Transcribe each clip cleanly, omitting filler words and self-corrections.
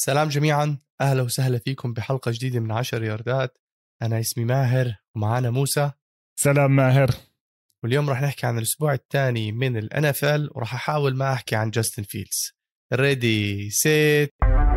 سلام جميعا، أهلا وسهلا فيكم بحلقة جديدة من 10 ياردات. أنا اسمي ماهر ومعانا موسى. سلام ماهر. واليوم رح نحكي عن الأسبوع الثاني من الNFL ورح أحاول ما أحكي عن جاستن فيلدز. ريدي سيت.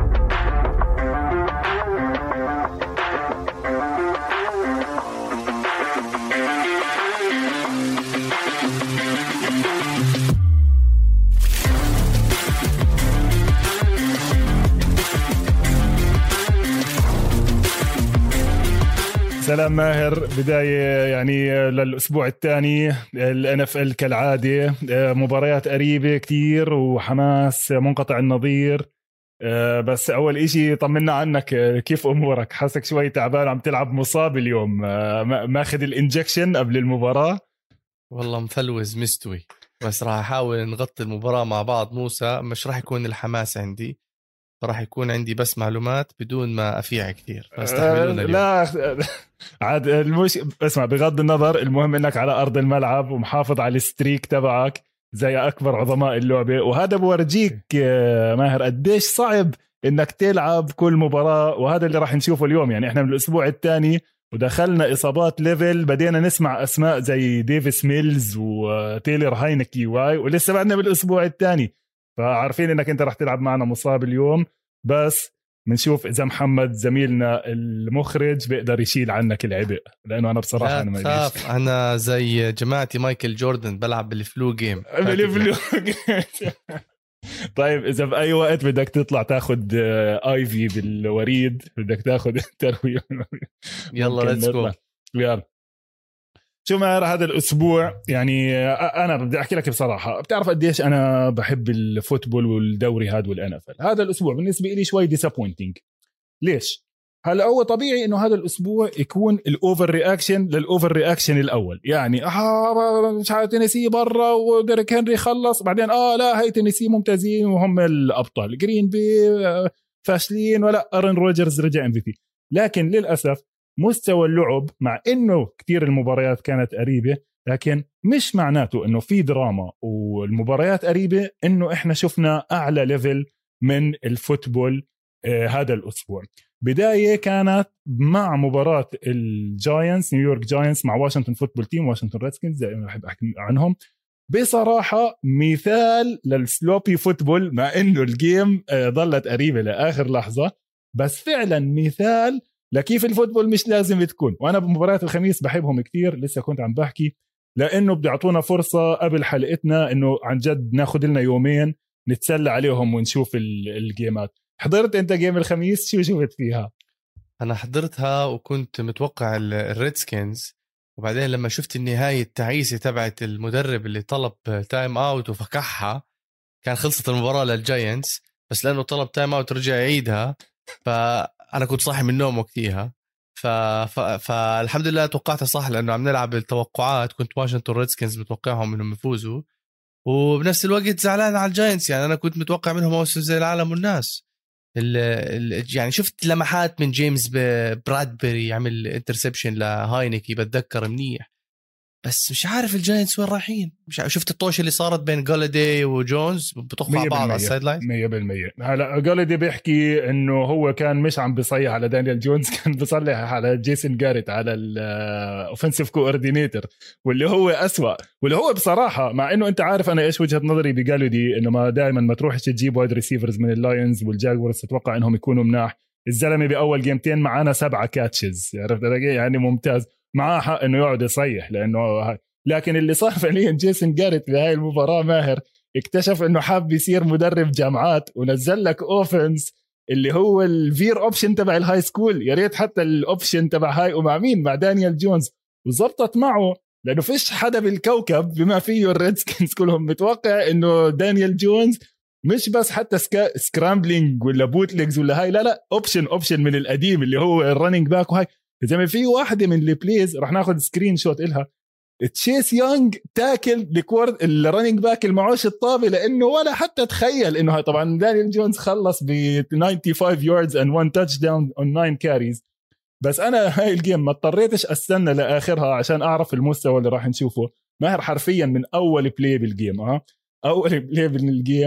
سلام ماهر. بداية يعني للأسبوع الثاني الNFL كالعادة، مباريات قريبة كتير وحماس منقطع النظير. بس أول إشي طمنا عنك، كيف أمورك؟ حاسك شوي تعبان، عم تلعب مصاب اليوم، ماخذ الانجكشن قبل المباراة؟ والله مفلوز مستوي، بس راح أحاول نغطي المباراة مع بعض. موسى مش راح يكون الحماس عندي، راح يكون عندي بس معلومات بدون ما أفيع كثير، فاستحملونا اليوم. لا عاد اسمع، بغض النظر المهم انك على ارض الملعب ومحافظ على الستريك تبعك زي اكبر عظماء اللعبة، وهذا بورجيك ماهر قديش صعب انك تلعب كل مباراة، وهذا اللي راح نشوفه اليوم. يعني احنا من الاسبوع الثاني ودخلنا اصابات ليفل، بدينا نسمع اسماء زي ديفيس ميلز وتايلر هاينكي ولسه بعدنا بالاسبوع الثاني، فعارفين انك انت راح تلعب معنا مصاب اليوم. بس منشوف إذا محمد زميلنا المخرج بيقدر يشيل عنك العبء، لأنه أنا بصراحة أنا ما تخاف، أنا زي جماعتي مايكل جوردن بلعب بالفلو جيم. طيب إذا بأي وقت بدك تطلع تاخد آيفي بالوريد، بدك تاخد تروي، يلا ليتس جو. يلا شو معنا هذا الأسبوع؟ يعني أنا بدي أحكي لك بصراحة، بتعرف قديش أنا بحب الفوتبول والدوري هذا والNFL. هذا الأسبوع بالنسبة لي شوي ديسابوينتينج. ليش؟ هلا هو طبيعي إنه هذا الأسبوع يكون الأوفر رياكشن للأوفر رياكشن الأول، يعني مش عارف تينيسي برا وديريك هنري خلص، بعدين لا هاي تينيسي ممتازين وهم الأبطال، جرين بي فاشلين، ولا أرن روجرز رجع MVP. لكن للأسف مستوى اللعب، مع انه كتير المباريات كانت قريبة، لكن مش معناته انه في دراما والمباريات قريبة انه احنا شفنا اعلى ليفل من الفوتبول. هذا الاسبوع بداية كانت مع مباراة الجاينتس، نيويورك جاينتس مع واشنطن فوتبول تيم، واشنطن ريدسكنز زي ما بحب احكي عنهم. بصراحة مثال للسلوبي فوتبول، مع انه الجيم ظلت قريبة لاخر لحظة، بس فعلا مثال لكيف الفوتبول مش لازم تكون. وانا بمباريات الخميس بحبهم كتير، لسه كنت عم بحكي، لانه بيعطونا فرصة قبل حلقتنا انه عن جد ناخد لنا يومين نتسلى عليهم ونشوف الجيمات. حضرت انت جيم الخميس؟ شو شفت فيها؟ انا حضرتها وكنت متوقع الريدسكنز، وبعدين لما شفت النهاية التعيسة تبعت المدرب اللي طلب تايم اوت وفكحها، كان خلصت المباراة للجاينتس، بس لانه طلب تايم اوت رجع يعيدها، فأنا كنت صاحي من النوم وقتها. فالحمد لله توقعتها صح، لأنه عم نلعب التوقعات. كنت واشنطن ريدسكنز متوقعهم إنهم يفوزوا، وبنفس الوقت زعلان على الجاينتس. يعني أنا كنت متوقع منهم موسم زي العالم والناس. يعني شفت لمحات من جيمس برادبري يعمل انترسبشن لهاينكي، بتذكر منيح، بس مش عارف الجاينتس وين رايحين. مش عارف. شفت الطوشه اللي صارت بين جالادي وجونز بطخوا على بعض على السايد لاين 100%. هلا جالادي بيحكي انه هو كان مش عم بيصيح على دانيال جونز، كان بيصلح على جيسون جاريت، على الاوفنسيف كوردينيتور، واللي هو أسوأ. واللي هو بصراحه، مع انه انت عارف انا ايش وجهه نظري بجالادي، انه ما دائما ما تروحش تجيب وايد ريسيفرز من اللاينز والجاكورز تتوقع انهم يكونوا مناح. الزلمه باول جيمتين معانا 7 كاتشز، عرفت يعني ممتاز. معاه حق انه يقعد يصيح لانه لكن اللي صار فعليا جيسون جاريت بهاي المباراه ماهر اكتشف انه حاب يصير مدرب جامعات، ونزل لك اوفنس اللي هو الفير اوبشن تبع الهاي سكول. يا ريت حتى الاوبشن تبع هاي، ومع مين؟ مع دانيال جونز، وزبطت معه، لانه فيش حدا بالكوكب بما فيه الريدسكنز كلهم متوقع انه دانيال جونز مش بس حتى سكرامبلينج ولا بوتليجز ولا هاي، لا اوبشن من القديم اللي هو الرننج باك. وهاي زي ما في واحدة من البليز رح ناخد سكرين شوت إلها، تشيس يونغ تاكل الرننج باك المعوش الطابة، لأنه ولا حتى تخيل إنه هاي. طبعا دانيال جونز خلص ب 95 yards and 1 touchdown on 9 carries. بس أنا هاي الجيم ما اضطريتش أستنى لآخرها عشان أعرف المستوى اللي راح نشوفه. ماهر حرفيا من أول بلاي بالجيم أول بلاي بالجيم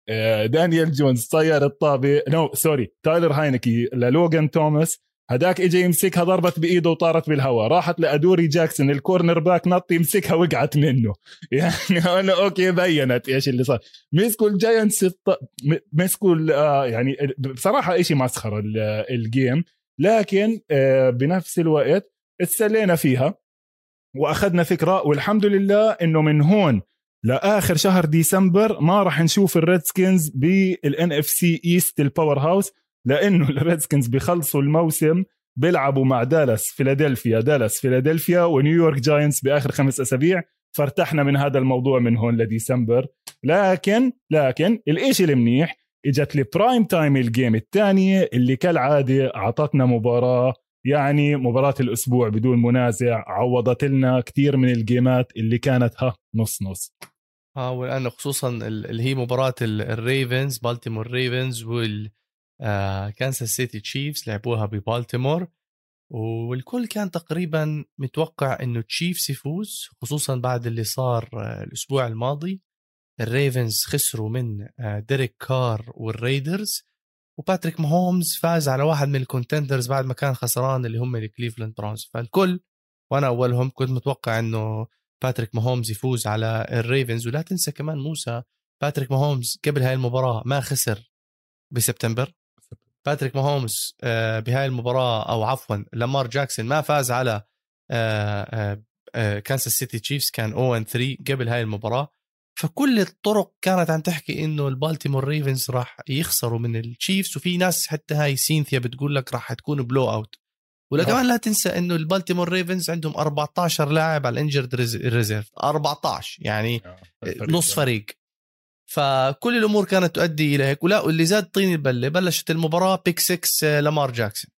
دانيال جونز طير الطابة تايلر هاينكي للوغان توماس، هداك اجى يمسكها ضربت بايده وطارت بالهواء، راحت لادوري جاكسون الكورنر باك نط يمسكها وقعت منه. يعني انا اوكي بينت ايش اللي صار. مسكوا الجاينتس مسكوا يعني بصراحه اشي مسخره الجيم، لكن بنفس الوقت اتسلينا فيها واخذنا فكره، والحمد لله انه من هون لاخر شهر ديسمبر ما راح نشوف الريدسكنز بالان اف سي ايست الباور هاوس، لانه الريدسكنز بيخلصوا الموسم بيلعبوا مع دالاس فيلادلفيا ونيويورك جاينتس باخر 5 أسابيع، فارتحنا من هذا الموضوع من هون لديسمبر. لكن الاشي المنيح اجت لي برايم تايم الجيم الثانيه اللي كالعاده اعطتنا مباراه، يعني مباراة الأسبوع بدون منازع، عوضت لنا كتير من الجيمات اللي كانت نص وأنا خصوصا اللي هي مباراة الريفنز بالتيمور ريفنز والكانساس سيتي تشيفز لعبوها ببالتيمور، والكل كان تقريبا متوقع إنه تشيفز يفوز، خصوصا بعد اللي صار الأسبوع الماضي. الريفنز خسروا من ديريك كار والريدرز، وباتريك ماهومز فاز على واحد من الكونتندرز بعد ما كان خسران اللي هم الكليفلاند براونز. فالكل وانا اولهم كنت متوقع انه باتريك ماهومز يفوز على الريفنز. ولا تنسى كمان موسى، باتريك ماهومز قبل هاي المباراة ما خسر بسبتمبر. باتريك ماهومز بهاي المباراة او عفوا لامار جاكسون ما فاز على كانساس سيتي تشيفز، كان 0-3 قبل هاي المباراة. فكل الطرق كانت عم تحكي انه البالتيمور ريفنز راح يخسروا من التشيفز، وفي ناس حتى هاي سينثيا بتقول لك راح تكون بلو اوت. ولا كمان لا تنسى انه البالتيمور ريفنز عندهم 14 لاعب على الانجرد ريزيرف، 14 يعني نص فريق. فكل الامور كانت تؤدي الى هيك. ولا واللي زاد طين البله، بلشت المباراه بيك 6 لامار جاكسون.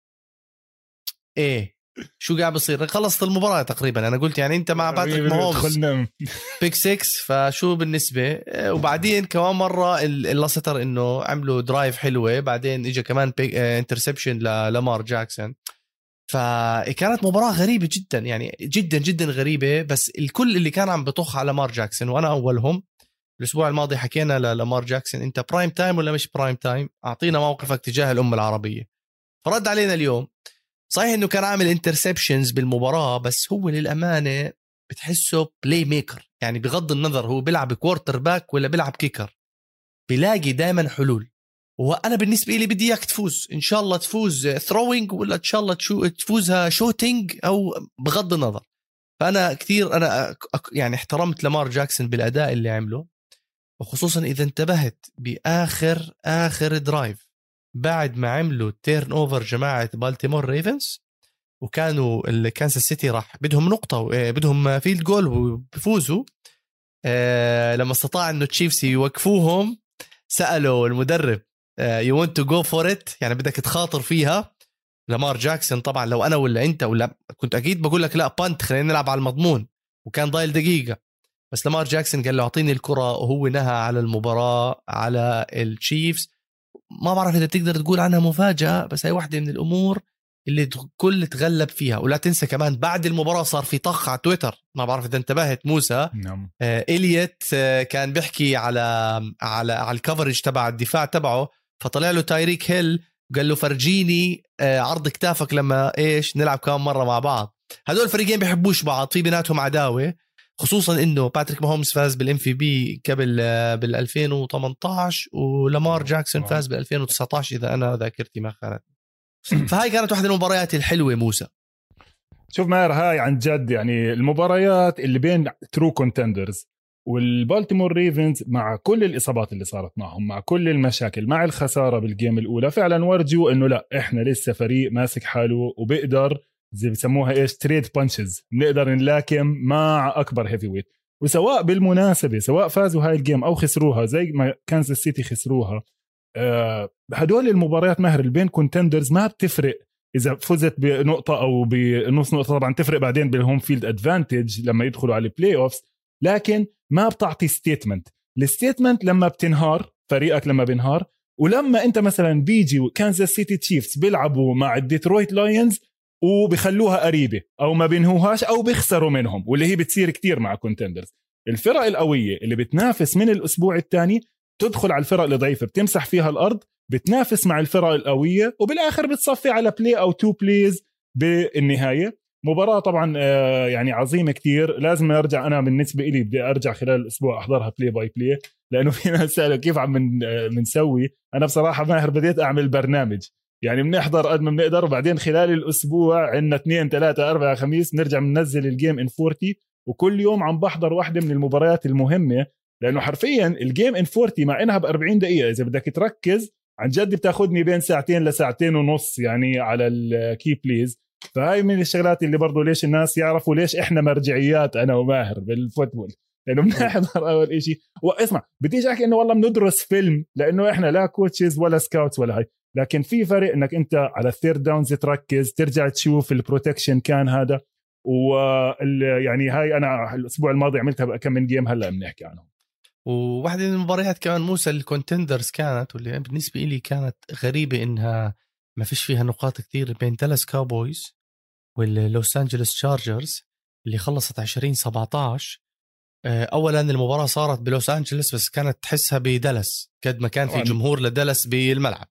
ايه شو قاعد بصير؟ خلصت المباراة تقريبا. أنا قلت يعني أنت مع باتريك ماهومز بيك 6 فشو بالنسبة. وبعدين كمان مرة اللي ستر إنه عملوا درايف حلوة، بعدين إجا كمان انترسبشن لامار جاكسون. فكانت مباراة غريبة جدا، يعني جدا جدا غريبة. بس الكل اللي كان عم بطخ على لامار جاكسون وأنا أولهم. الأسبوع الماضي حكينا للامار جاكسون أنت برايم تايم ولا مش برايم تايم؟ أعطينا موقفك تجاه الأمة العربية. فرد علينا اليوم. صحيح انه كان عامل انترسبشنز بالمباراة، بس هو للأمانة بتحسه بلاي ميكر، يعني بغض النظر هو بيلعب كوارتر باك ولا بيلعب كيكر بيلاقي دائما حلول. وأنا بالنسبة لي بدي اياك تفوز، ان شاء الله تفوز ثروينج ولا ان شاء الله تفوزها شوتينج او بغض النظر. فأنا كثير يعني احترمت لامار جاكسون بالأداء اللي عمله، وخصوصا إذا انتبهت بآخر درايف بعد ما عملوا تيرن اوفر جماعة بالتيمور ريفنز، وكانوا الكانساس سيتي راح بدهم نقطة بدهم فيلد جول وبيفوزوا. لما استطاع انه تشيفز يوقفوهم سألوا المدرب you want to go for it، يعني بدك تخاطر فيها. لامار جاكسون طبعا لو انا ولا انت ولا كنت اكيد بقول لك لا بانت، خلينا نلعب على المضمون، وكان ضايل دقيقة. بس لامار جاكسون قال له اعطيني الكرة، وهو نهى على المباراة على التشيفز. ما بعرف إذا بتقدر تقول عنها مفاجأة، بس هي واحدة من الأمور اللي كل تغلب فيها. ولا تنسى كمان بعد المباراة صار في طخ على تويتر، ما بعرف إذا انتبهت موسى. نعم. إليوت كان بيحكي على الكفرج تبع الدفاع تبعه، فطلع له تايريك هيل قال له فرجيني عرض كتافك لما نلعب كمان مرة مع بعض. هدول الفريقين بيحبوش بعض، في بيناتهم عداوة، خصوصا انه باتريك ماهومز فاز بالام في بي قبل بال 2018 ولامار جاكسون فاز بال 2019 اذا انا ذاكرتي ما خانت. فهاي كانت واحدة من المباريات الحلوة موسى. شوف ماهر، هاي عن جد يعني المباريات اللي بين ترو كونتندرز والبالتيمور ريفنز، مع كل الإصابات اللي صارت معهم، مع كل المشاكل، مع الخسارة بالجيم الأولى، فعلا ورجوا إنه لا إحنا لسه فريق ماسك حاله وبيقدر زي بسموها تريد بانشز، نقدر نلاكم مع أكبر هيفي ويت. وسواء بالمناسبة سواء فازوا هاي الجيم أو خسروها زي ما كانساس سيتي خسروها، هدول المباريات ماهر البين كونتندرز ما بتفرق إذا فزت بنقطة أو بنص نقطة، طبعا تفرق بعدين بالهوم فيلد أدفانتج لما يدخلوا على البلاي أوفس، لكن ما بتعطي ستيتمنت. الستيتمنت لما بتنهار فريقك، لما بينهار، ولما أنت مثلا بيجي كانساس سيتي تشيفز بيلعبوا مع الديترويت لاينز وبيخلوها قريبة أو ما بينهوهاش أو بيخسروا منهم، واللي هي بتصير كتير مع كونتندرز. الفرق القوية اللي بتنافس من الأسبوع الثاني تدخل على الفرق الضعيفة بتمسح فيها الأرض، بتنافس مع الفرق القوية، وبالآخر بتصفي على بلاي أو 2 بلايز بالنهاية. مباراة طبعا يعني عظيمة كتير. لازم أرجع، أنا بالنسبة لي بدي أرجع خلال الأسبوع أحضرها بلاي باي بلاي، لأنه في ناس سألوا كيف عم منسوي. أنا بصراحة ماهر بديت أعمل برنامج، يعني بنحضر قد ما بنقدر، وبعدين خلال الأسبوع عندنا 2 3 4 5 نرجع ننزل الجيم إن 40، وكل يوم عم بحضر واحدة من المباريات المهمة، لأنه حرفيا الجيم إن 40 مع إنها ب40 دقيقة إذا بدك تركز عن جد بتاخدني بين 2 لساعتين ونص يعني على الكي بليز. فهاي من الشغلات اللي برضو ليش الناس يعرفوا ليش إحنا مرجعيات أنا وماهر بالفوتبول، لأنه بنحضر أول إشي. واسمع بديش أحكي إنه والله بندرس فيلم، لأنه إحنا لا كوتشز ولا سكاوتس ولا هاي، لكن في فرق إنك أنت على الثيرد داونز تركز، ترجع تشوف البروتكشن كان هذا. ويعني هاي أنا الأسبوع الماضي عملتها بكم من جيم هلأ بنحكي عنهم. وواحدة من المباريات كمان موسى الكونتندرز كانت، واللي بالنسبة لي كانت غريبة إنها ما فيش فيها نقاط كتير، بين دالاس كاوبويز واللوس أنجلوس شارجرز اللي خلصت 20-17. أولا المباراة صارت بلوس أنجلوس بس كانت تحسها بدالاس قد ما كان في جمهور لدالاس بالملعب.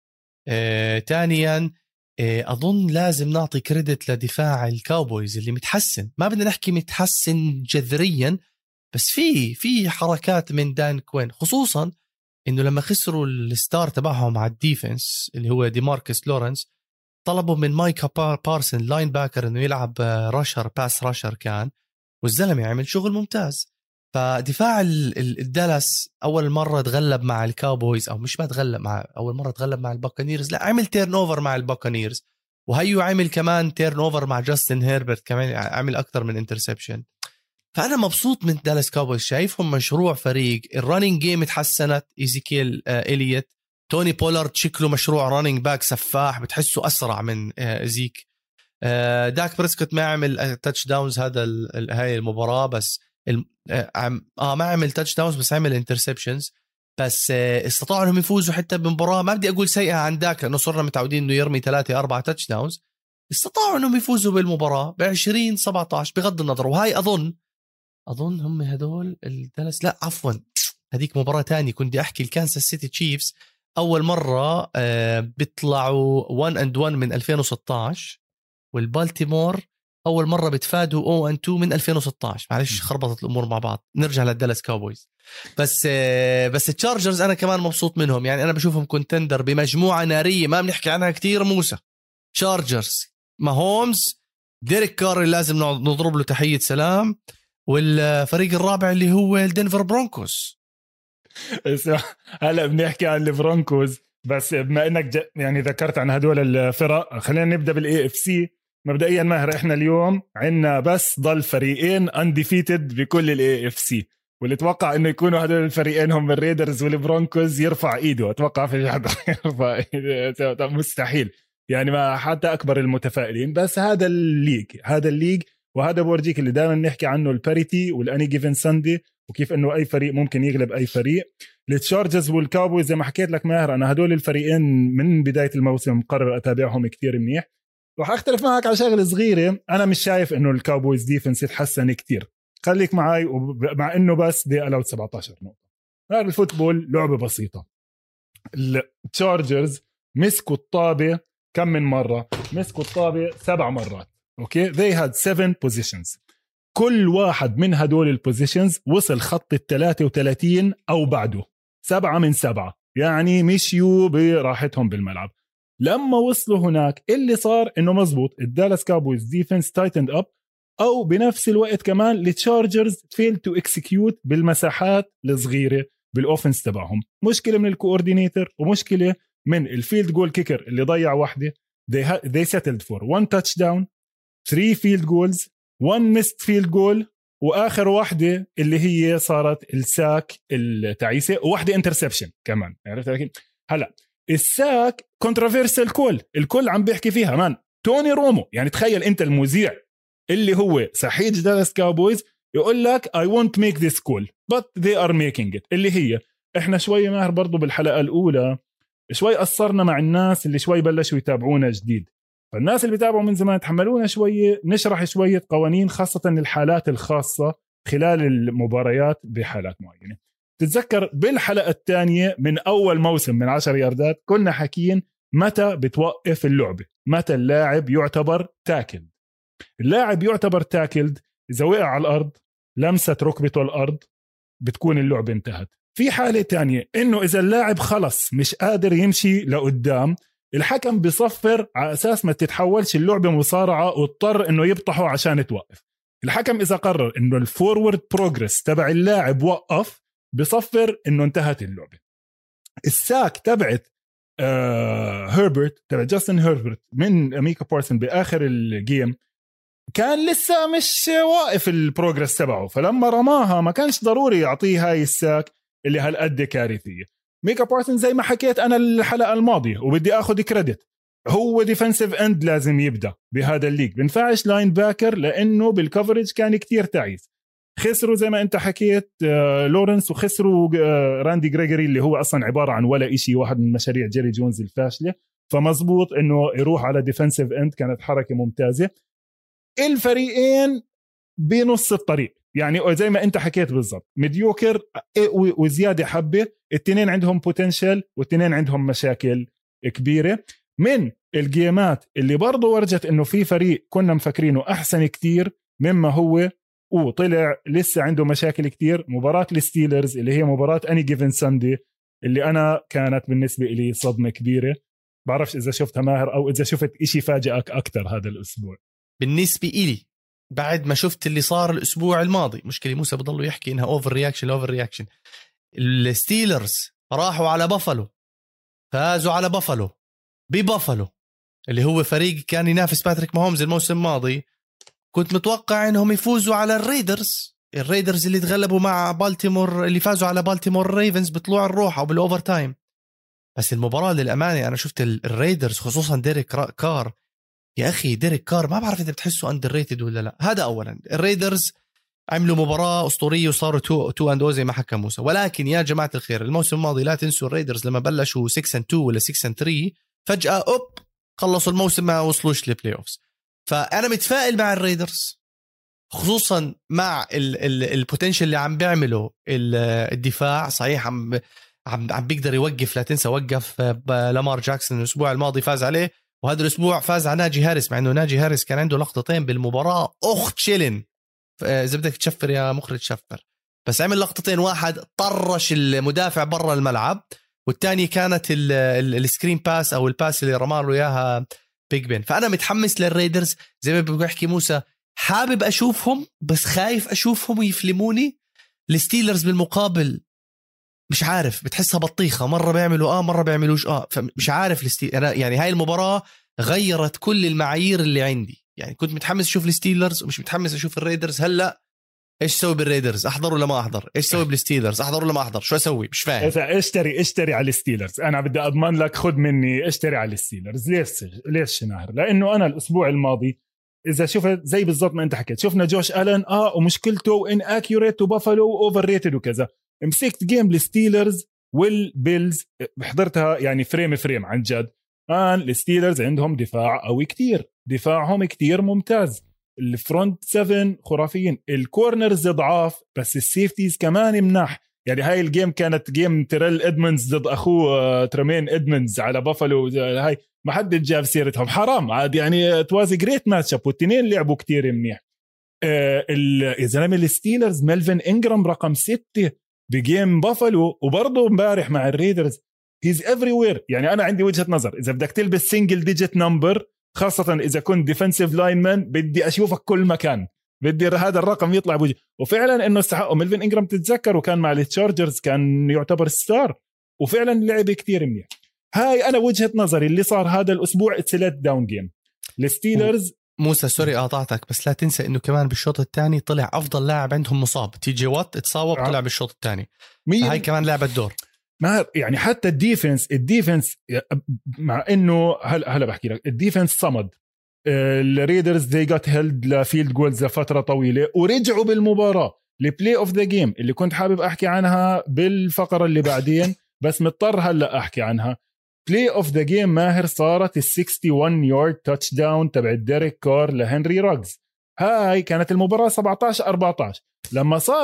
ثانيا أظن لازم نعطي كريدت لدفاع الكاوبويز اللي متحسن، ما بدنا نحكي متحسن جذريا، بس في حركات من دان كوين، خصوصا انه لما خسروا الستار تبعهم على الديفنس اللي هو دي ماركس لورنس، طلبوا من مايكا بارسن لاين باكر انه يلعب راشر، باس راشر كان، والزلمه يعمل شغل ممتاز. فدفاع الدالاس اول مره تغلب مع الكاوبويز، او مش ما تغلب مع اول مره تغلب مع الباكانيرز، لا عمل تيرن اوفر مع الباكانيرز، وهيو عمل كمان تيرن اوفر مع جاستن هيربرت، كمان عمل اكتر من انترسبشن. فأنا مبسوط من دالاس كاوبويز، شايفهم مشروع فريق. الرننج جيم اتحسنت، إيزيكيل إليوت، توني بولارد شكله مشروع رننج باك سفاح، بتحسه أسرع من زيك. داك بريسكوت ما عمل تاتش داونز هاي المباراة، بس ما عمل تاتش داونز بس عمل انترسبشنز، بس استطاعوا انهم يفوزوا حتى بمباراة ما بدي أقول سيئة عن داك، لأنه صرنا متعودين إنه يرمي 3-4 تاتش داونز، استطاعوا انهم يفوزوا بالمباراة ب20-17 بغض النظر. وهاي أظن هم هدول الدالاس، لا عفوا هذيك مباراة تانية كنت أحكي، الكانساس سيتي تشيفز أول مرة بيطلعوا 1-1 من 2016، والبالتيمور أول مرة بتفادوا 0-2 من 2016. معلش خربطت الأمور مع بعض، نرجع للدالاس كاوبويز. بس التشارجرز أنا كمان مبسوط منهم، يعني أنا بشوفهم كونتندر بمجموعة نارية ما بنحكي عنها كتير. موسى تشارجرز، ماهومز، ديريك كار لازم نضرب له تحية سلام، والفريق الرابع اللي هو الدنفر برونكوز. هلا بنحكي عن البرونكوز، بس بما انك يعني ذكرت عن هدول الفرق، خلينا نبدا بالاي اف سي. مبدئيا ماهر احنا اليوم عندنا بس ضل فريقين انديفيتد بكل الاي اف سي، واللي اتوقع انه يكونوا هدول الفريقين هم الريدرز والبرونكوز يرفع ايده. اتوقع في حدا يرفع ايده، مستحيل يعني، ما حتى اكبر المتفائلين. بس هذا الليج وهذا بورجيك اللي دائما نحكي عنه، الباريتي والاني جيفن ساندي، وكيف انه اي فريق ممكن يغلب اي فريق. التشارجرز والكاوبويز زي ما حكيت لك ماهر، انا هدول الفريقين من بداية الموسم مقرر اتابعهم كتير منيح. رح اختلف معك على شغله صغيره، انا مش شايف انه الكاوبويز ديفنس يتحسن كتير، خليك معي. ومع انه بس دي الاوت 17 نقطه، هذا الفوتبول لعبه بسيطه. التشارجرز مسكوا الطابه كم من مره؟ مسكوا الطابه 7 مرات. اوكي، they had 7 positions، كل واحد من هدول البوزيشنز وصل خط 33 او بعده، 7 من 7، يعني مشيوا براحتهم بالملعب. لما وصلوا هناك اللي صار انه مزبوط، الدالاس كاوبويز ديفنس تايتند اب، او بنفس الوقت كمان التشارجرز فيل تو اكسكيوت بالمساحات الصغيره بالاوفنس تبعهم. مشكله من الكوردينيتور ومشكله من الفيلد جول كيكر اللي ضيع واحده. they settled for 1 touchdown 3 field goals 1 missed field goal، واخر واحده اللي هي صارت الساك التعيسه، وواحده انترسبشن كمان. عرفت هلا الساك كونتروفيرسال كول، الكل عم بيحكي فيها مان. توني رومو، يعني تخيل انت المذيع اللي هو صحيح دالاس كاوبويز يقول لك I won't make this call but they are making it، اللي هي احنا شوي ماهر برضو بالحلقة الأولى شوي قصرنا مع الناس اللي شوي بلشوا يتابعونا جديد، فالناس اللي بيتابعوا من زمان تحملونا شوية نشرح شوية قوانين، خاصة الحالات الخاصة خلال المباريات بحالات معينة. تتذكر بالحلقة الثانية من أول موسم من 10 ياردات كنا حكين متى بتوقف اللعبة، متى اللاعب يعتبر تاكلد. اللاعب يعتبر تاكلد إذا وقع على الأرض لمست ركبته الأرض بتكون اللعبة انتهت. في حالة تانية إنه إذا اللاعب خلص مش قادر يمشي لقدام، الحكم بيصفر على أساس ما تتحولش اللعبة مصارعة واضطر إنه يبطحه عشان توقف. الحكم إذا قرر إنه الفورورد بروجرس تبع اللاعب وقف بصفر إنه انتهت اللعبة. الساك تبعت هيربرت تبع جاستن هيربرت من ميكا بارسون بآخر الجيم كان لسه مش واقف البروجرس تبعه، فلما رماها ما كانش ضروري يعطيه هاي الساك اللي هالقد كارثية. ميكا بارسون زي ما حكيت أنا الحلقة الماضية وبدي أخذ كريدت، هو ديفنسيف اند لازم يبدأ بهذا الليج، بنفعش لاين باكر لأنه بالكفرج كان كتير تعيس. خسروا زي ما أنت حكيت لورنس، وخسروا راندي غريغوري اللي هو أصلا عبارة عن ولا إشي، واحد من مشاريع جيري جونز الفاشلة. فمزبوط إنه يروح على ديفنسيف اند، كانت حركة ممتازة. الفريقين بنص الطريق، يعني زي ما انت حكيت بالضبط، ميديوكر وزياده حبه. التنين عندهم بوتنشل والتنين عندهم مشاكل كبيره. من الجيمات اللي برضو ورجت انه في فريق كنا مفكرينه احسن كتير مما هو وطلع لسه عنده مشاكل كتير، مباراه الستيلرز اللي هي مباراه اني جيفن ساندي، اللي انا كانت بالنسبه لي صدمه كبيره. بعرفش اذا شفتها ماهر او اذا شفت اشي فاجئك اكتر هذا الاسبوع. بالنسبة إلي بعد ما شفت اللي صار الأسبوع الماضي، مشكلة موسى بضلوا يحكي إنها أوفر رياكشن. الستيلرز راحوا على بافالو، فازوا على بافالو ببافالو اللي هو فريق كان ينافس باتريك ماهومز الموسم الماضي. كنت متوقع إنهم يفوزوا على الريدرز اللي تغلبوا مع بالتيمور، اللي فازوا على بالتيمور ريفنز بطلوع الروح أو بالأوفر تايم. بس المباراة للأمانة أنا شفت الريدرز خصوصا ديريك كار. يا أخي ديريك كار ما بعرف إذا بتحسه أندر ريتد ولا لا. هذا أولا. الريدرز عملوا مباراة أسطورية وصاروا 2-2 زي ما حكى موسى، ولكن يا جماعة الخير الموسم الماضي لا تنسوا الريدرز لما بلشوا 6-2 ولا 6-3 فجأة خلصوا الموسم ما وصلوش للبلاي أوفز. فأنا متفائل مع الريدرز خصوصا مع البوتنشل اللي عم بيعمله الدفاع. صحيح عم بيقدر يوقف، لا تنسى وقف لامار جاكسون الأسبوع الماضي فاز عليه، وهذا الأسبوع فاز على ناجي هاريس، مع أنه ناجي هاريس كان عنده لقطتين بالمباراة تشيلن. إذا بدك تشفر يا مخرج شفر، بس عمل لقطتين، واحد طرش المدافع برا الملعب، والتاني كانت السكرين باس أو الباس اللي رماله إياها بيج بين. فأنا متحمس للريدرز زي ما بيحكي موسى، حابب أشوفهم بس خايف أشوفهم يفلموني. الستيلرز بالمقابل مش عارف، بتحسها بطيخة، مرة بيعملوا مرة بيعملوش فمش عارف أنا يعني هاي المباراة غيرت كل المعايير اللي عندي. يعني كنت متحمس أشوف الستيلرز ومش متحمس أشوف الريدرز. هلأ إيش سوي بالريدرز؟ أحضر ولا ما أحضر؟ إيش سوي بالستيلرز؟ أحضر ولا ما أحضر؟ شو أسوي؟ مش فاهم. إذا اشتري على الستيلرز، أنا بدي أضمن لك، خد مني اشتري على الستيلرز. ليش ناهر؟ لأنه أنا الأسبوع الماضي إذا شفت زي بالضبط ما أنت حكيت، شفنا جوش ألن ومشكلته إن أكيوريت وبافالو وأوفر ريتد وكذا. مسكت جيم الستيلرز والبيلز حضرتها يعني فريم عن جد. الستيلرز عندهم دفاع قوي كتير، دفاعهم كتير ممتاز، الفرونت 7 خرافيين، الكورنرز ضعاف بس السيفتيز كمان مناح. يعني هاي الجيم كانت جيم تيريل إدموندز ضد أخوه ترمين إدموندز على بافالو، هاي ما حد جاب سيرتهم، حرام عاد. يعني توازي جريت ماتش اب والتنين لعبوا كتير منيح. الزلمه الستيلرز ميلفين إنجرام رقم 6 بجيم بافالو، وبرضه امبارح مع الريدرز هيز everywhere. يعني أنا عندي وجهة نظر، إذا بدك تلبس سينجل ديجيت نمبر، خاصة إذا كنت ديفنسيف لاينمان، بدي أشوفك كل مكان، بدي هذا الرقم يطلع بوجه. وفعلا إنه استحقه. ميلفين إنجرام تتذكر وكان مع التشارجرز كان يعتبر ستار، وفعلا لعب كتير منيح. هاي أنا وجهة نظري اللي صار هذا الأسبوع اتسلت داون جيم الستيلرز. موسى سوري قاطعتك، بس لا تنسى إنه كمان بالشوط الثاني طلع أفضل لاعب عندهم مصاب، تي جي وات اتصاب طلع بالشوط الثاني. هاي كمان لعبة دور. ما يعني حتى الديفنس مع إنه هلا بحكي لك الديفنس صمد. الريدرز they got held لفيلد جولز لفترة طويلة ورجعوا بالمباراة لبلاي اوف ذا جيم اللي كنت حابب أحكي عنها بالفقرة اللي بعدين بس مضطر هلا أحكي عنها. بلاي اوف ذا جيم ماهر صارت ال 61 يارد تاتش داون تبع ديريك كار لهنري راجز. هاي كانت المباراة 17-14. لما صارت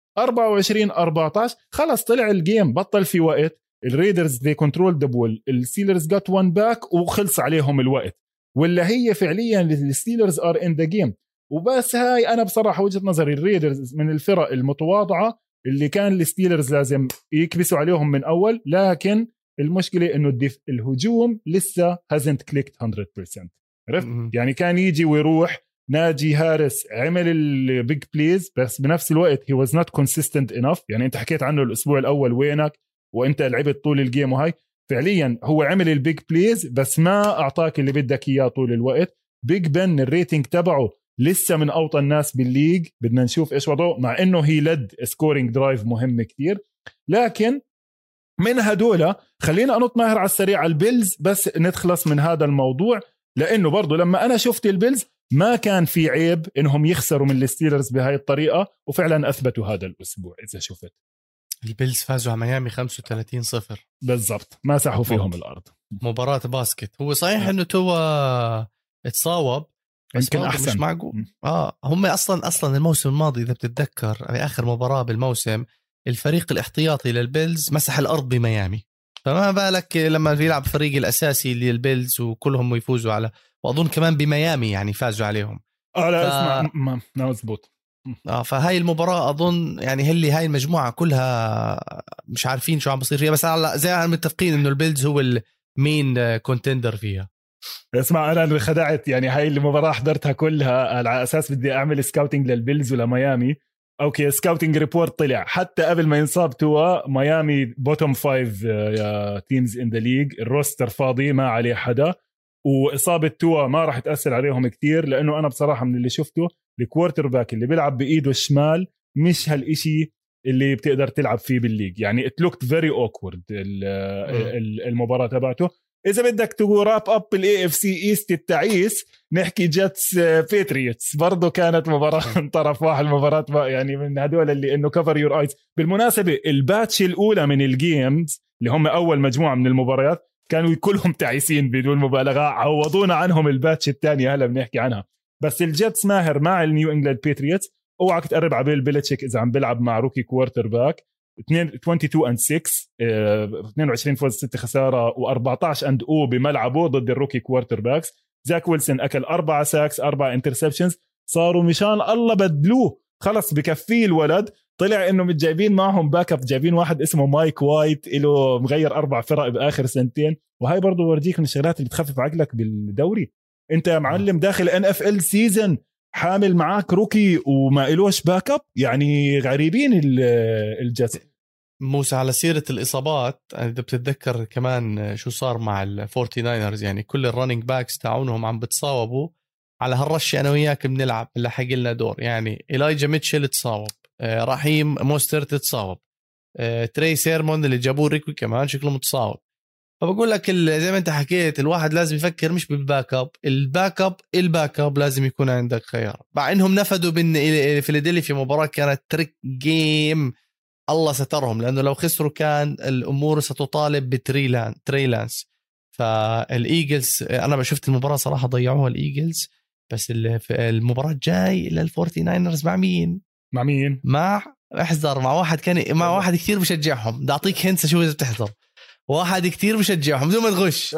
24-14 خلص طلع الجيم، بطل في وقت. الريدرز they control the ball، الستيلرز got one back وخلص عليهم الوقت. ولا هي فعليا الستيلرز are in the game. وبس هاي أنا بصراحة وجهة نظري الريدرز من الفرق المتواضعة اللي كان الستيلرز لازم يكبسوا عليهم من أول، لكن المشكلة إنه الهجوم لسه hasn't clicked 100%. عرفت؟ يعني كان يجي ويروح. ناجي هارس عمل البيج بليز بس بنفس الوقت he was not consistent enough. يعني أنت حكيت عنه الأسبوع الأول وينك وأنت لعبت طول الجيم، وهاي فعليا هو عمل البيج بليز بس ما أعطاك اللي بدك إياه طول الوقت. بيج بن الريتنج تبعه لسه من أوطى الناس بالليج، بدنا نشوف إيش وضعه، مع إنه هي لد سكورينج درايف مهم كتير. لكن من هدول خلينا أنط ماهر على السريع على البيلز بس نتخلص من هذا الموضوع، لأنه برضو لما أنا شفت البيلز ما كان في عيب إنهم يخسروا من الستيلرز بهاي الطريقة، وفعلا أثبتوا هذا الأسبوع. إذا شفت البيلز فازوا على ميامي 35-0 بالضبط، ما سحوا فيهم الأرض. مباراة باسكت. هو صحيح إنه توا اتصاوب يمكن أحسن، مش معقول. هم أصلا الموسم الماضي إذا بتتذكر آخر مباراة بالموسم الفريق الاحتياطي للبيلز مسح الأرض بميامي، فما بالك لما بيلعب فريق الأساسي للبيلز وكلهم يفوزوا على، وأظن كمان بميامي يعني فازوا عليهم. لا اسمع ما مزبوط. فهاي المباراة أظن يعني هاي المجموعة كلها مش عارفين شو عم بصير فيها، بس زي ما متفقين إنه البيلز هو المين كونتندر فيها. اسمع أنا خدعت، يعني هاي المباراة حضرتها كلها على أساس بدي أعمل سكاوتينج للبيلز ولا ميامي. اوكي سكاوتينج ريبورت طلع حتى قبل ما ينصاب توا ميامي بوتوم 5 تيمز ان ذا ليج، الروستر فاضي ما عليه حدا، واصابه توا ما راح تاثر عليهم كتير، لانه انا بصراحه من اللي شفته الكوارتر باك اللي بيلعب بايده الشمال مش هالإشي اللي بتقدر تلعب فيه بالليج. يعني it looked very awkward المباراة تبعته. إذا بدك تقول راب أب الاي اف سي ايست التعيس، نحكي جيتس باتريوتس، برضو كانت مباراة طرف واحد، مباراة يعني من هدول اللي إنه كفر يور ايز. بالمناسبة الباتش الأولى من الجيمز اللي هم أول مجموعة من المباريات كانوا كلهم تعيسين بدون مبالغة، عوضونا عنهم الباتش الثانية هلا بنحكي عنها. بس الجيتس ماهر مع النيو انجلاند باتريوتس، اوعك تقرب على بيل بيلتشيك اذا عم بيلعب مع روكي كوارتر باك. 22-6 22 فوز 6 خساره و14-0 بملعبه ضد الروكي كوارتر باكس. زاك ويلسون اكل 4 ساكس 4 انترسبشنز، صاروا مشان الله بدلوه، خلص بكفيه الولد. طلع انه متجايبين معهم باك اب، جايبين واحد اسمه مايك وايت له مغير 4 فرق باخر سنتين. وهي برضو ورجيك من الشغلات اللي تخفف عقلك بالدوري. انت يا معلم داخل NFL سيزن حامل معاك روكي وما إلوش باك اب، يعني غريبين الجاز. موسى على سيرة الإصابات، إذا بتتذكر كمان شو صار مع الفورتي ناينرز، يعني كل الرننج باكس تاعونهم عم بتصاوبوا على هالرشة. أنا وياك بنلعب اللي حق لنا دور، يعني إلايجا ميتشل تصاوب، رحيم موسترت تصاوب، تري سيرمون اللي جابوه ريكوي كمان شكله متصاوب. فبقول لك زي ما انت حكيت الواحد لازم يفكر مش بالباك اب، الباك اب لازم يكون عندك خيار. مع انهم نفدوا فيلادلفيا مباراة كانت تريك جيم، الله سترهم، لانه لو خسروا كان الامور ستطالب بتريلانس. فالايجلز انا شفت المباراة صراحة ضيعوها الايجلز، بس المباراة الجاي للفورتي ناينرز مع مين؟ مع احذر، مع واحد كان مع واحد كتير بشجعهم. بدي اعطيك هنسة شو اذا بتحضر، واحد كتير بشجعهم بدون ما تغش،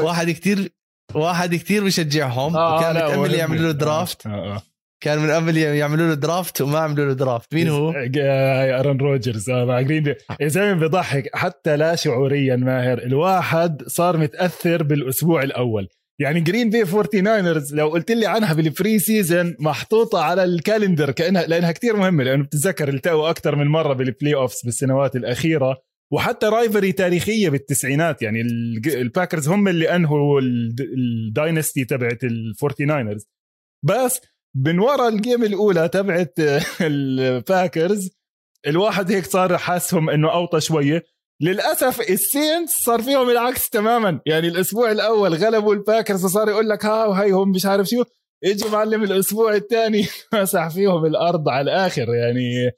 واحد كتير بشجعهم، وكان متأمل يعملوا له درافت. كان من قبل يعملوا له درافت وما عملوا له درافت. مين هو؟ ارون روجرز مع جرين. زي ما بيضحك حتى لا شعوريا ماهر، الواحد صار متأثر بالأسبوع الأول. يعني جرين بي 49رز لو قلت لي عنها بالفري سيزن محطوطة على الكالندر كأنها، لأنها كتير مهمة، لأنه بتتذكر التقوا أكتر من مرة بالبلاي أوفس بالسنوات الأخيرة، وحتى رايفري تاريخية بالتسعينات. يعني الباكرز هم اللي أنهوا الداينستي تبعت ال49رز. بس من وراء الجيم الأولى تبعت الباكرز الواحد هيك صار حاسهم إنه أوطى شوية. للأسف السينتس صار فيهم العكس تماما. يعني الأسبوع الأول غلبوا الباكرز وصار يقول لك هاي هم مش عارف شو، يجي معلم الأسبوع الثاني مسح فيهم الأرض على الآخر. يعني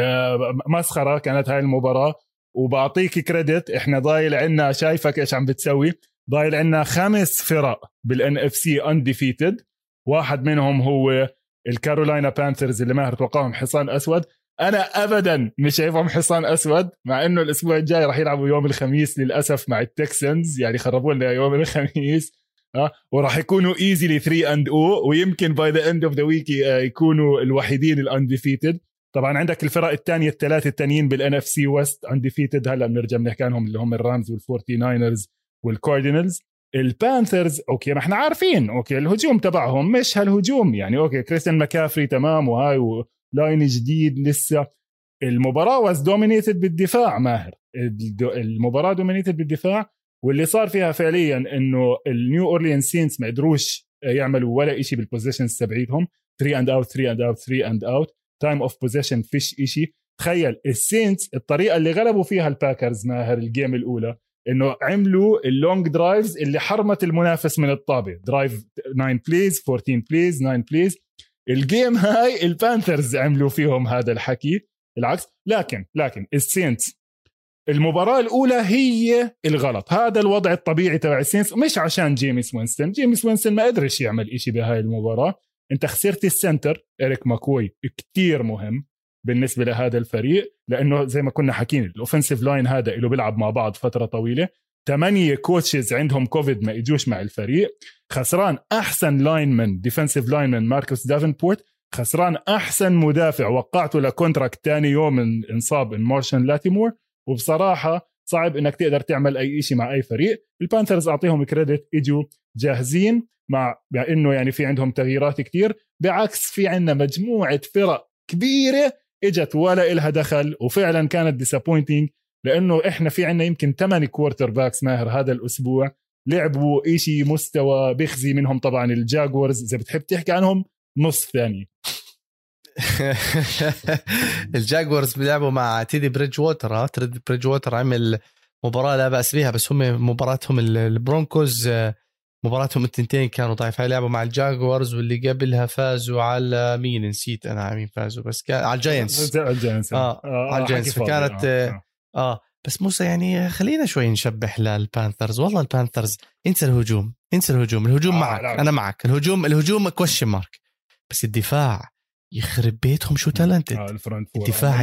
مسخرة كانت هاي المباراة. وبعطيك كريدت، احنا ضايل عنا، شايفك ايش عم بتسوي، ضايل عنا 5 فرق بالان اف سي انديفيتد، واحد منهم هو الكارولاينا بانثرز اللي ماهر توقعهم حصان اسود. انا ابدا مش شايفهم حصان اسود، مع انه الاسبوع الجاي راح يلعبوا يوم الخميس للاسف مع التكسنز، يعني خربوا لنا يوم الخميس. وراح يكونوا ايزيلي 3-0 ويمكن باي ذا اند اوف ذا ويك يكونوا الوحيدين الانديفيتد. طبعا عندك الفرق الثانيه الثلاثه الثانيين بالان اف سي ويست انديفيتد، هلا بنرجع بنحكي عنهم اللي هم الرامز والفورتي ناينرز والكاردينالز. البانثرز اوكي ما احنا عارفين اوكي الهجوم تبعهم مش هالهجوم يعني، اوكي كريستيان ماكافري تمام وهاي ولاين جديد لسه. المباراه واز دومينيتد بالدفاع ماهر، المباراه دومينيتد بالدفاع، واللي صار فيها فعليا انه النيو اورليان سينتس ما قدروش يعملوا ولا شيء بالبوزيشنز تبعيتهم، 3 اند اوت 3 اند اوت 3 اند اوت، تايم اوف بوزيشن فيش شيء. تخيل السينتس الطريقه اللي غلبوا فيها الباكرز ماهر الجيم الاولى انه عملوا اللونج درايفز اللي حرمت المنافس من الطابه، درايف 9 بليز 14 بليز 9 بليز. الجيم هاي البانثرز عملوا فيهم هذا الحكي العكس. لكن السينتس المباراة الأولى هي الغلط، هذا الوضع الطبيعي تبع السينتس، مش عشان جيمس وينستون ما قدرش يعمل إشي بهاي المباراة. انت خسرت السنتر إريك ماكوي كتير مهم بالنسبة لهذا الفريق، لأنه زي ما كنا حكين الأوفنسيف لاين هذا اللي بيلعب مع بعض فترة طويلة، 8 كوتشز عندهم كوفيد ما يجوش مع الفريق. خسران أحسن لاينمن ديفنسيف لاينمن ماركوس دافنبورت، خسران أحسن مدافع وقعته لكونتراكت تاني يوم انصاب مارشان لاتيمور. وبصراحة صعب انك تقدر تعمل اي شيء مع اي فريق. البانثرز اعطيهم كريدت اجوا جاهزين مع انه يعني في عندهم تغييرات كتير، بعكس في عندنا مجموعة فرق كبيرة اجت ولا إلها دخل، وفعلا كانت ديسابوينتينج لانه احنا في عندنا يمكن 8 كوارتر باكس ماهر هذا الاسبوع لعبوا إشي مستوى بيخزي منهم. طبعا الجاكورز اذا بتحب تحكي عنهم نص ثاني. الجاكورز بيلعبوا مع تيدي بريدج ووتر عمل مباراة لا بأس بها، بس هم مباراتهم البرونكوز مباراتهم التنتين كانوا ضعيف. هاي لعبوا مع الجاكورز واللي قبلها فازوا على مين نسيت انا على مين فازوا، بس كان على الجاينتس. على الجاينتس فكانت بس موسى يعني خلينا شوي نشبح للبانثرز. والله البانثرز انسى الهجوم معك انا معك، الهجوم كويشن مارك، بس الدفاع يخرب بيتهم شو تالنتد. الدفاع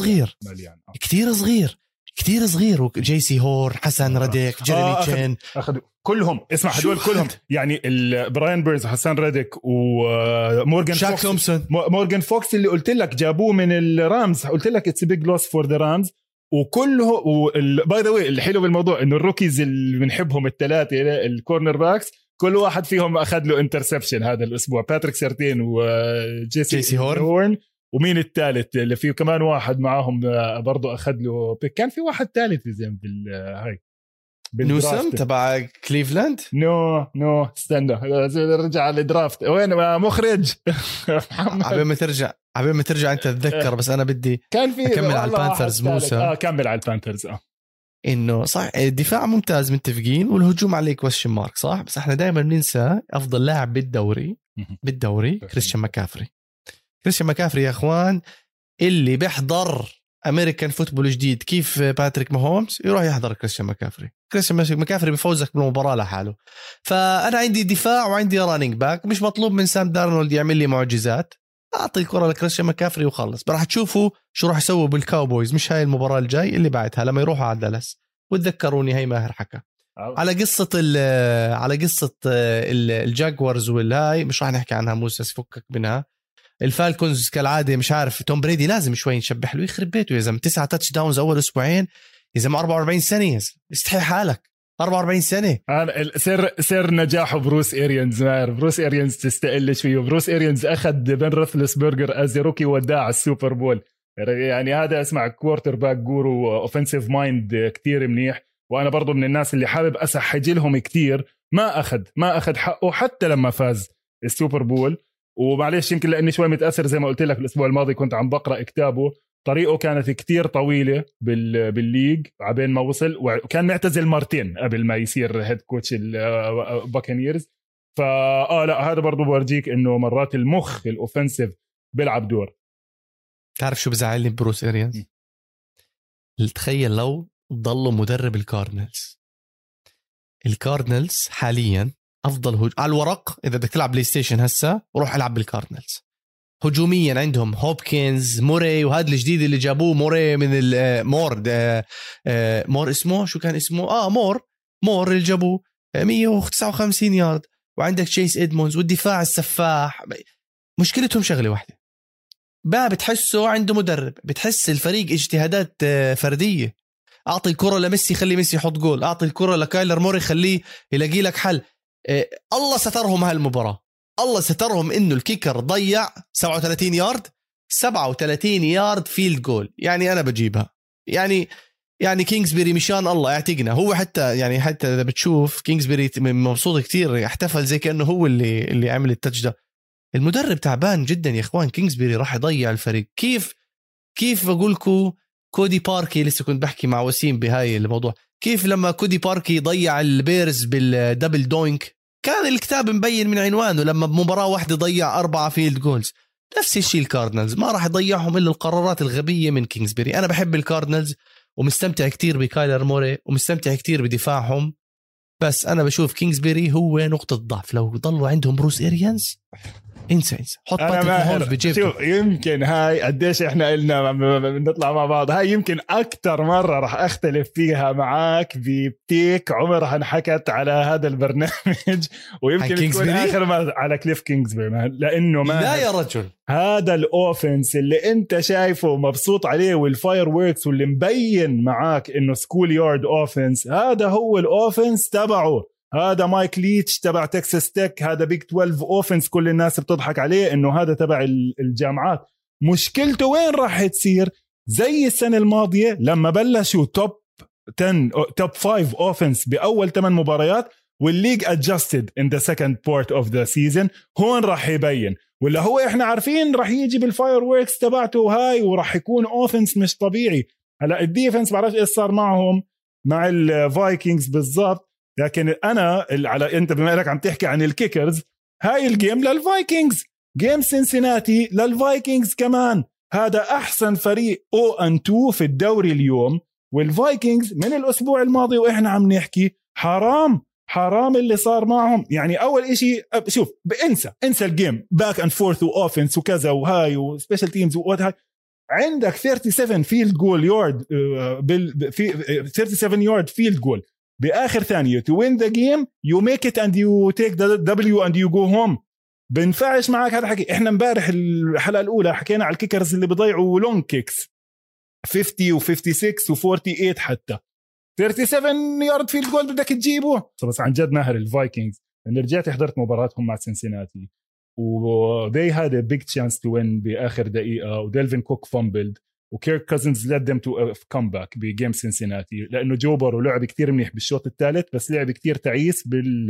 كتير صغير وجي سي هور حسن رديك جيريمي تشين اخذوا كلهم. اسمع هدول كلهم يعني براين بيرز حسن رديك ومورغان فوكس. مورغان فوكس اللي قلت لك جابوه من الرامز، قلت لك اتس بيج لوس فور ذا رامز. وكله باي ذا واي الحلو بالموضوع انه الروكيز اللي بنحبهم الثلاثه الكورنر باكس كل واحد فيهم اخذ له انترسبشن هذا الاسبوع، باتريك سيرتين وجيسي هورن. ومين الثالث اللي فيه كمان واحد معاهم برضو اخذ له بيك. كان في واحد ثالث زين هاي نوسم تبع كليفلاند. نو استنى رجع على الدرافت. وين مخرج عبين ما ترجع انت تتذكر، بس انا بدي كان في اكمل على البانثرز موسى. كمل على البانثرز. انه صح الدفاع ممتاز متفقين والهجوم عليه كويشن مارك صح، بس احنا دائما بننسى افضل لاعب بالدوري كريستيان ماكافري يا اخوان، اللي بيحضر امريكان فوتبول جديد كيف باتريك ماهومز يروح يحضر كريستيان ماكافري بفوزك بالمباراة لحاله. فانا عندي دفاع وعندي رانينج باك، مش مطلوب من سام دارنولد يعمل لي معجزات، اعطي الكرة لكريستيان ماكافري وخلص. راح تشوفوا شو راح يسووا بالكاوبويز، مش هاي المباراة الجاي اللي بعدها لما يروحوا على دالاس. وتذكروني هي ماهر حكى على قصة الجاكورز والهاي، مش راح نحكي عنها موسى فكك منها. الفالكونز كالعادة مش عارف توم بريدي لازم شوي نشبح له، يخرب بيته يا زلمة 9 تاتش داونز أول أسبوعين يا زلمة 44 سنة استحي حالك 44 سنة. سر نجاحه بروس إيريانز تستقلش فيه. بروس إيريانز أخذ بن روثلسبرجر أز روكي وداع السوبر بول، يعني هذا اسمع كوارتر باك جورو اوفنسيف مايند كتير منيح. وأنا برضو من الناس اللي حابب أسحجلهم كتير، ما أخذ حقه حتى لما فاز السوبر بول. ومعليش يمكن لأني شوي متأثر زي ما قلت لك الأسبوع الماضي كنت عم بقرأ كتابه، طريقه كانت كتير طويلة بالليج عبين ما وصل، وكان معتزل مرتين قبل ما يصير هيد كوتش الباكنيرز. لا هذا برضو بورجيك إنه مرات المخ الأوفنسيف بيلعب دور. تعرف شو بزعلني بروس إيريانز؟ تخيل لو ضلوا مدرب الكاردنالز حاليا أفضل على الورق. إذا بدك تلعب بلاي ستيشن هسا وروح ألعب بالكاردنالز، هجوميا عندهم هوبكنز موري، وهذا الجديد اللي جابوه موري من مور اسمه شو كان اسمه مور اللي جابوه 159 يارد. وعندك تشيس إدمونز والدفاع السفاح. مشكلتهم شغلة واحدة، بقى بتحسه عنده مدرب، بتحس الفريق اجتهادات فردية. أعطي الكرة لميسي خلي ميسي يحط جول، أعطي الكرة لكايلر موري خليه يلاقي لك حل. الله سترهم هالمباراة، الله سترهم إنه الكيكر ضيع 37 يارد 37 يارد فيلد جول. يعني أنا بجيبها يعني كينغسبيري مشان الله اعتقنا هو، حتى إذا بتشوف كينغسبيري مبسوط كتير، احتفل زي كأنه هو اللي عمل التاتش ده. المدرب تعبان جدا يا إخوان، كينغسبيري راح يضيع الفريق. كيف بقولكوا كودي باركي، لسه كنت بحكي مع وسيم بهاي الموضوع، كيف لما كودي باركي ضيع البيرز بالدبل دوينك كان الكتاب مبين من عنوانه، لما بمباراة واحدة ضيع 4 فيلد جولز. نفس الشيء الكاردنالز ما راح يضيعهم إلا القرارات الغبية من كينغسبيري. أنا بحب الكاردنالز ومستمتع كتير بكايلر موري ومستمتع كتير بدفاعهم، بس أنا بشوف كينغسبيري هو نقطة ضعف. لو ضلوا عندهم بروس إيريانز انسى حط باتريك ماهولز بجيبه. شوف يمكن هاي قديش احنا قلنا بنطلع مع بعض، هاي يمكن اكتر مرة راح اختلف فيها معاك ببتيك عمرها انحكت على هذا البرنامج، ويمكن تكون اخر مرة على كليف كينغسبيري، لانه ما لا يا رجل هذا الاوفنس اللي انت شايفه مبسوط عليه والفاير ووركس واللي مبين معاك انه سكول يارد اوفنس، هذا هو الاوفنس تبعه. هذا مايك ليتش تبع تكساس تك، هذا بيج 12 اوفنس كل الناس بتضحك عليه انه هذا تبع الجامعات. مشكلته وين راح تصير؟ زي السنة الماضية لما بلشوا توب 5 اوفنس باول 8 مباريات والليج adjusted in the second part of the season، هون راح يبين. ولا هو احنا عارفين راح يجي بالفاير ووركس تبعته هاي وراح يكون اوفنس مش طبيعي. هلا الديفنس بعرفش ايش صار معهم مع الفايكنجز بالضبط، لكن انا على انت بما انك عم تحكي عن الكيكرز، هاي الجيم للفايكنجز، جيم سينسيناتي للفايكنجز كمان. هذا احسن فريق O&2 في الدوري اليوم، والفايكنجز من الاسبوع الماضي واحنا عم نحكي حرام اللي صار معهم. يعني اول اشي شوف انسى الجيم باك اند فورث واوفنس وكذا وهاي وسبيشال تيمز وهاي. عندك 37 فيلد جول يارد في 37 يارد فيلد جول باخر ثانيه to win the game, you make it and you take the W and you go home. بنفعش معك هذا حكي. احنا امبارح الحلقه الاولى حكينا على الكيكرز اللي بيضيعوا لونج كيكس 50 و56 و48 حتى 37 يارد فيلد جول بدك تجيبه. بس عن جد ماهر الفايكنجز اللي رجعت حضرت مباراتهم مع سينسيناتي و they had a big chance to win باخر دقيقه وديلفين كوك فامبلد وكيرك كازنز led them to come back بجيم سينسيناتي لانه جوبر ولعب كتير منيح بالشوط الثالث بس لعب كتير تعيس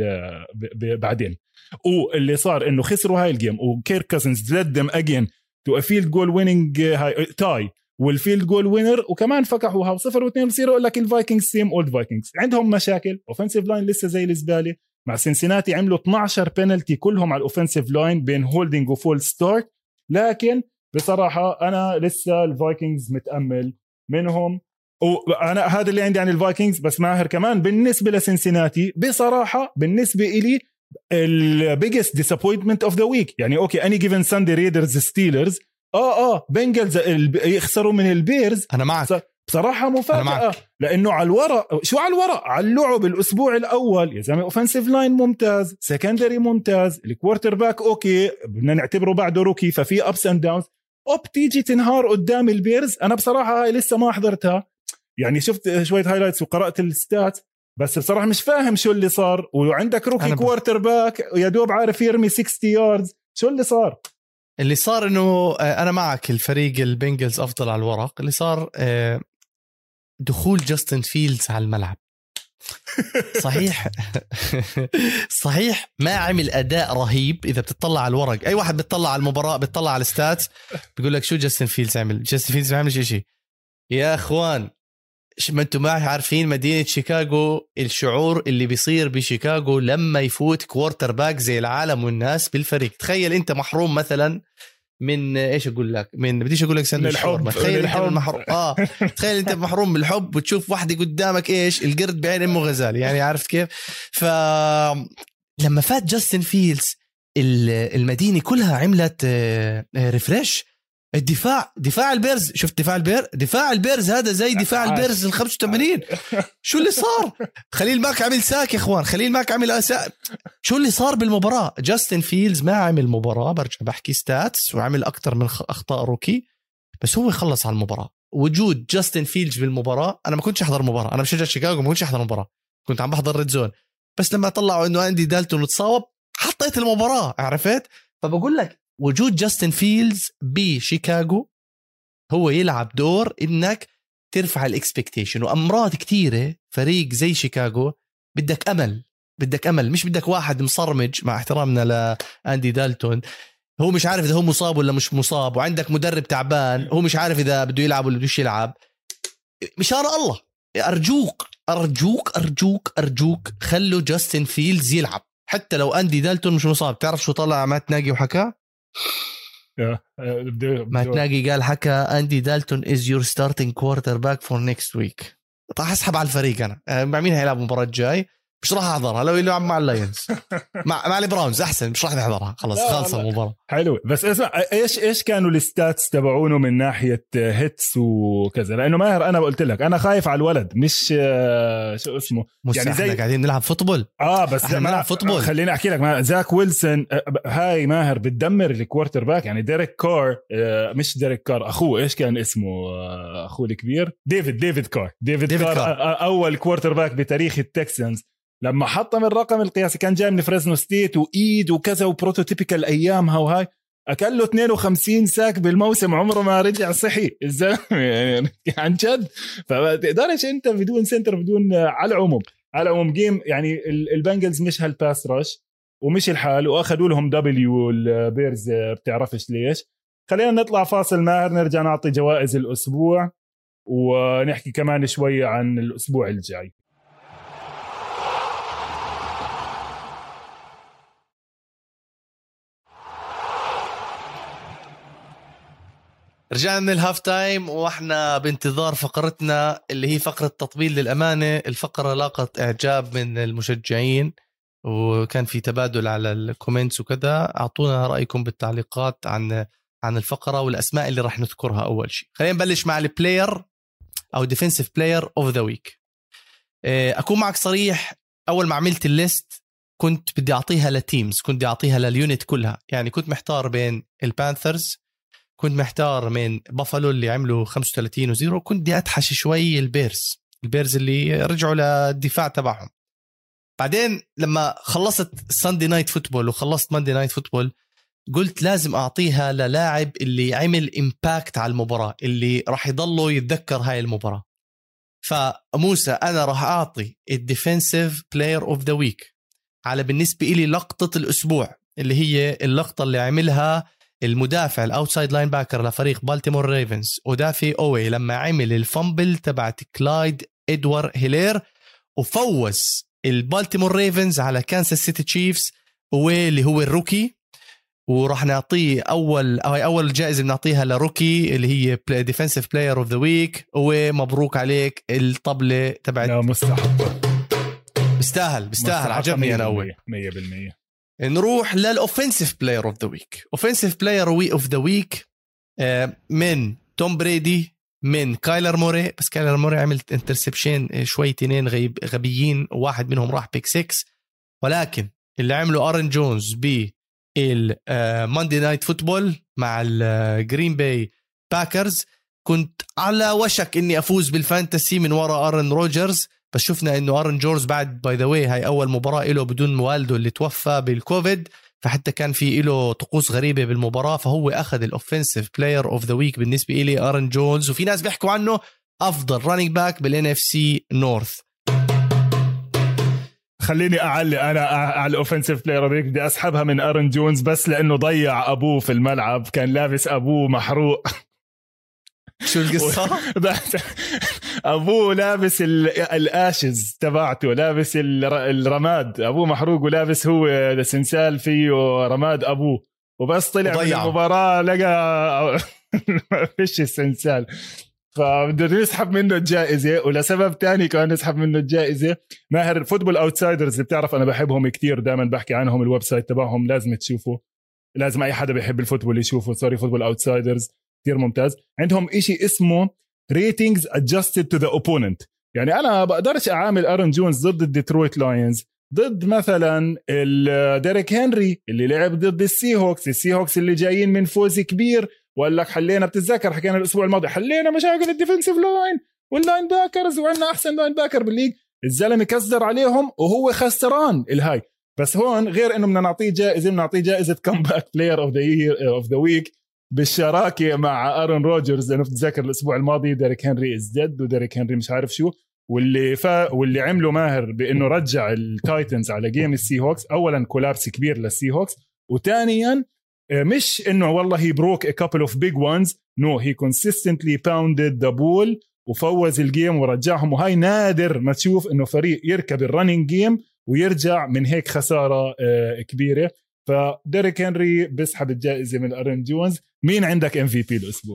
بعدين. واللي صار انه خسروا هاي الجيم وكيرك كازنز led them again to a field goal winning tie والفيلد جول وينر وكمان فكحوها 0-2 بصيروا يقول لك الفايكنجز سيم اولد فايكنجز. عندهم مشاكل اوفنسيف لاين لسه زي الزباله. مع سينسيناتي عملوا 12 بينالتي كلهم على الاوفنسيف لاين بين هولدينج وفول ستارت، لكن بصراحه انا لسه الفايكنجز متامل منهم. وانا هذا اللي عندي عن الفايكنجز. بس ماهر كمان بالنسبه لسينسيناتي بصراحه بالنسبه إلي البيجست ديسابوينتمنت اوف ذا ويك. يعني اوكي اني جيفن ساندي ريدرز ستيلرز بنجلز يخسروا من البيرز. انا معك بصراحه مفاجاه لانه على الورق شو على الورق على اللعب الاسبوع الاول يا زلمه اوفنسيف لاين ممتاز، سكندري ممتاز، الكوارتر باك اوكي بدنا نعتبره بعده روكي ففي ابس اند داونز. تيجي تنهار قدام البيرز. انا بصراحه هاي لسه ما حضرتها، يعني شفت شويه هايلايتس وقرات الستات بس بصراحه مش فاهم شو اللي صار. وعندك روكي كوارتر باك يا دوب عارف يرمي 60 ياردز. شو اللي صار؟ اللي صار انه انا معك الفريق البنجلز افضل على الورق. اللي صار دخول جاستن فيلدز على الملعب صحيح ما عمل اداء رهيب. اذا بتطلع على الورق اي واحد بتطلع على المباراه بتطلع على الستات بيقول لك شو جاستن فيلدز عمل. جاستن فيلدز ما عمل شيء يا اخوان. ما انتم ما عارفين مدينة شيكاغو الشعور اللي بيصير بشيكاغو لما يفوت كوارتر باك زي العالم والناس بالفريق. تخيل انت محروم مثلا من ايش اقول لك من بديش اقول لك سنة الحب. تخيل انت محروم تخيل انت محروم بالحب وتشوف واحدة قدامك ايش القرد بعين امه غزال. يعني عرفت كيف؟ فلما فات جاستن فيلدز المدينة كلها عملت ريفريش. دفاع البيرز، شفت دفاع البيرز هذا زي دفاع البيرز ال 85. شو اللي صار؟ خليل ماك عمل ساك يا اخوان، خليل ماك عمل شو اللي صار بالمباراة؟ جاستن فيلز ما عمل مباراة، برجع بحكي ستاتس، وعمل أكتر من أخطاء روكي، بس هو خلص على المباراة. وجود جاستن فيلز بالمباراة، أنا ما كنتش أحضر المباراة، أنا بشجع شيكاغو، ما كنتش أحضر المباراة، كنت عم بحضر ريد زون، بس لما طلعوا إنه أندي دالتون اتصاب حطيت المباراة، عرفت؟ فبقول لك وجود جاستن فيلز بشيكاغو هو يلعب دور إنك ترفع الإكسبكتيشن. وأمراض كتيرة فريق زي شيكاغو بدك أمل، مش بدك واحد مصرمج، مع احترامنا لأندي دالتون، هو مش عارف إذا هو مصاب ولا مش مصاب، وعندك مدرب تعبان هو مش عارف إذا بده يلعب ولا بدوش يلعب. مشان الله أرجوك أرجوك أرجوك أرجوك خلوا جاستن فيلز يلعب، حتى لو أندي دالتون مش مصاب. تعرف شو طلع مات ناجي وحكى؟ مات ناجي قال حكى أندي دالتون is your starting quarterback for next week. راح أسحب على الفريق أنا، مع مين هيلعب المباراة الجاي؟ مش راح أحضرها، لو يلعب مع اللاينز مع البراونز أحسن، مش راح نحضرها، خلص المباراة. حلو. بس اسمع، إيش كانوا الستاتس تبعونه من ناحية هيتس وكذا؟ لأنه ماهر أنا قلت لك أنا خايف على الولد، مش شو اسمه يعني زي قاعدين نلعب فوتبول. بس احنا نلعب فوتبول. خليني أحكي لك، زاك ويلسون هاي ماهر بتدمر الكوارتر باك. يعني ديريك كار، مش ديريك كار، أخوه إيش كان اسمه، أخوه الكبير ديفيد كار أول كوارتر باك بتاريخ التكسنز. لما حطم الرقم القياسي كان جاي من فريزنو ستيت وإيد وكذا وبروتوتيبيكال أيامها، وهاي أكل له 52 ساك بالموسم، عمره ما رجع صحي الزلمة يعني عن جد. فتقدرش أنت بدون سنتر، بدون على العموم جيم. يعني البنجلز مش هالباس رش ومش الحال، وأخذوا لهم دبليو البيرز بتعرفش ليش. خلينا نطلع فاصل ماهر، نرجع نعطي جوائز الأسبوع ونحكي كمان شوية عن الأسبوع الجاي. رجعنا من الهاف تايم واحنا بانتظار فقرتنا اللي هي فقرة تطبيل للأمانة. الفقرة لاقت إعجاب من المشجعين وكان في تبادل على الكومنتس وكذا. أعطونا رأيكم بالتعليقات عن الفقرة والأسماء اللي راح نذكرها. أول شيء خلينا نبلش مع البلاير أو ديفنسيف بلاير أوف ذا ويك. أكون معك صريح، أول ما عملت الليست كنت بدي أعطيها لتيمز، كنت بدي أعطيها لليونت كلها. يعني كنت محتار بين البانثرز، كنت محتار من بافالو اللي عملوا 35-0، كنت بدي أتحش شوي البيرز اللي رجعوا للدفاع تبعهم. بعدين لما خلصت ساندي نايت فوتبول وخلصت ماندي نايت فوتبول قلت لازم أعطيها للاعب اللي عمل إمباكت على المباراة، اللي راح يضلوا يتذكر هاي المباراة. فموسى أنا راح أعطي الديفنسيف بلاير أوف ذا ويك على بالنسبة إلي لقطة الأسبوع، اللي هي اللقطة اللي عملها المدافع الأوتسايد لاين باكر لفريق بالتيمور ريفنز ودافي أوي لما عمل الفامبل تبعت كلايد إدوار هيلير وفوز البالتيمور ريفنز على كانساس سيتي تشيفز، اللي هو الروكي. وراح نعطيه أول جائزة بنعطيها لروكي اللي هي ديفنسيف بلاير أوف ذا ويك. ومبروك عليك الطبلة تبعت، بيستاهل عجبني أنا أول 100%. نروح للأوفنسيف بلاير أوف ذا ويك. أوفنسيف بلاير أوف ذا ويك من توم بريدي، من كايلر موري، بس كايلر موري عملت انترسبشن شويتين غبيين، وواحد منهم راح بيك 6. ولكن اللي عمله آرن جونز بالماندي نايت فوتبول مع الجرين باي باكرز، كنت على وشك اني افوز بالفانتسي من وراء آرن روجرز، بس شفنا انه آرن جورز بعد باي ذا واي هاي اول مباراة له بدون والده اللي توفى بالكوفيد، فحتى كان في له طقوس غريبة بالمباراة، فهو اخذ الاوفنسيف بلاير اوف ذا ويك بالنسبة لي آرن جونز. وفي ناس بيحكوا عنه افضل رانينج باك بالان اف سي نورث. خليني اعلق انا على الاوفنسيف بلاير اوف ذا ويك، بدي اسحبها من آرن جونز بس لانه ضيع ابوه في الملعب، كان لابس ابوه محروق. شو القصة؟ أبوه لابس الآشز تبعته، لابس الرماد، أبوه محروق ولابس هو سنسال فيه رماد أبوه، وبس طلع من المباراة لقى فيش السنسال. فبده نسحب منه الجائزة. ولسبب تاني كمان نسحب منه الجائزة، ماهر فوتبول اوتسايدرز اللي بتعرف أنا بحبهم كتير، دائما بحكي عنهم، الويب سايت تبعهم لازم تشوفه، لازم أي حدا بيحب الفوتبول يشوفه. سوري فوتبول اوتسايدرز كتير ممتاز. عندهم إشي اسمه ratings adjusted to the opponent. يعني أنا بقدرش أعامل أرون جونز ضد الديترويت لاينز ضد مثلا ديريك هنري اللي لعب ضد السي هوكس اللي جايين من فوز كبير، وقال لك حلينا، بتتذكر حكينا الأسبوع الماضي حلينا مشاكل الديفنسيف لاين واللاين باكرز وعندنا أحسن لاين باكر بالليج. الزلمة كسر عليهم وهو خسران الهاي. بس هون غير إنه بدنا نعطيه جائزة، بنعطيه جائزة كومباك بلاير اوف ذا يير اوف ذا ويك بالشراكة مع أرون روجرز. لأنه بتتذكر الأسبوع الماضي ديريك هنري ازدد، وديريك هنري مش عارف شو، واللي عمله ماهر بانه رجع التايتنز على جيم السي هوكس. اولا كولابس كبير للسي هوكس، وثانيا مش انه والله هي بروك a couple of big ones, no he consistently pounded the ball وفوز الجيم ورجعهم. وهاي نادر ما تشوف انه فريق يركب الرننج جيم ويرجع من هيك خسارة كبيرة. فديريك هنري بسحب الجائزة من أرون جونز. مين عندك MVP الأسبوع؟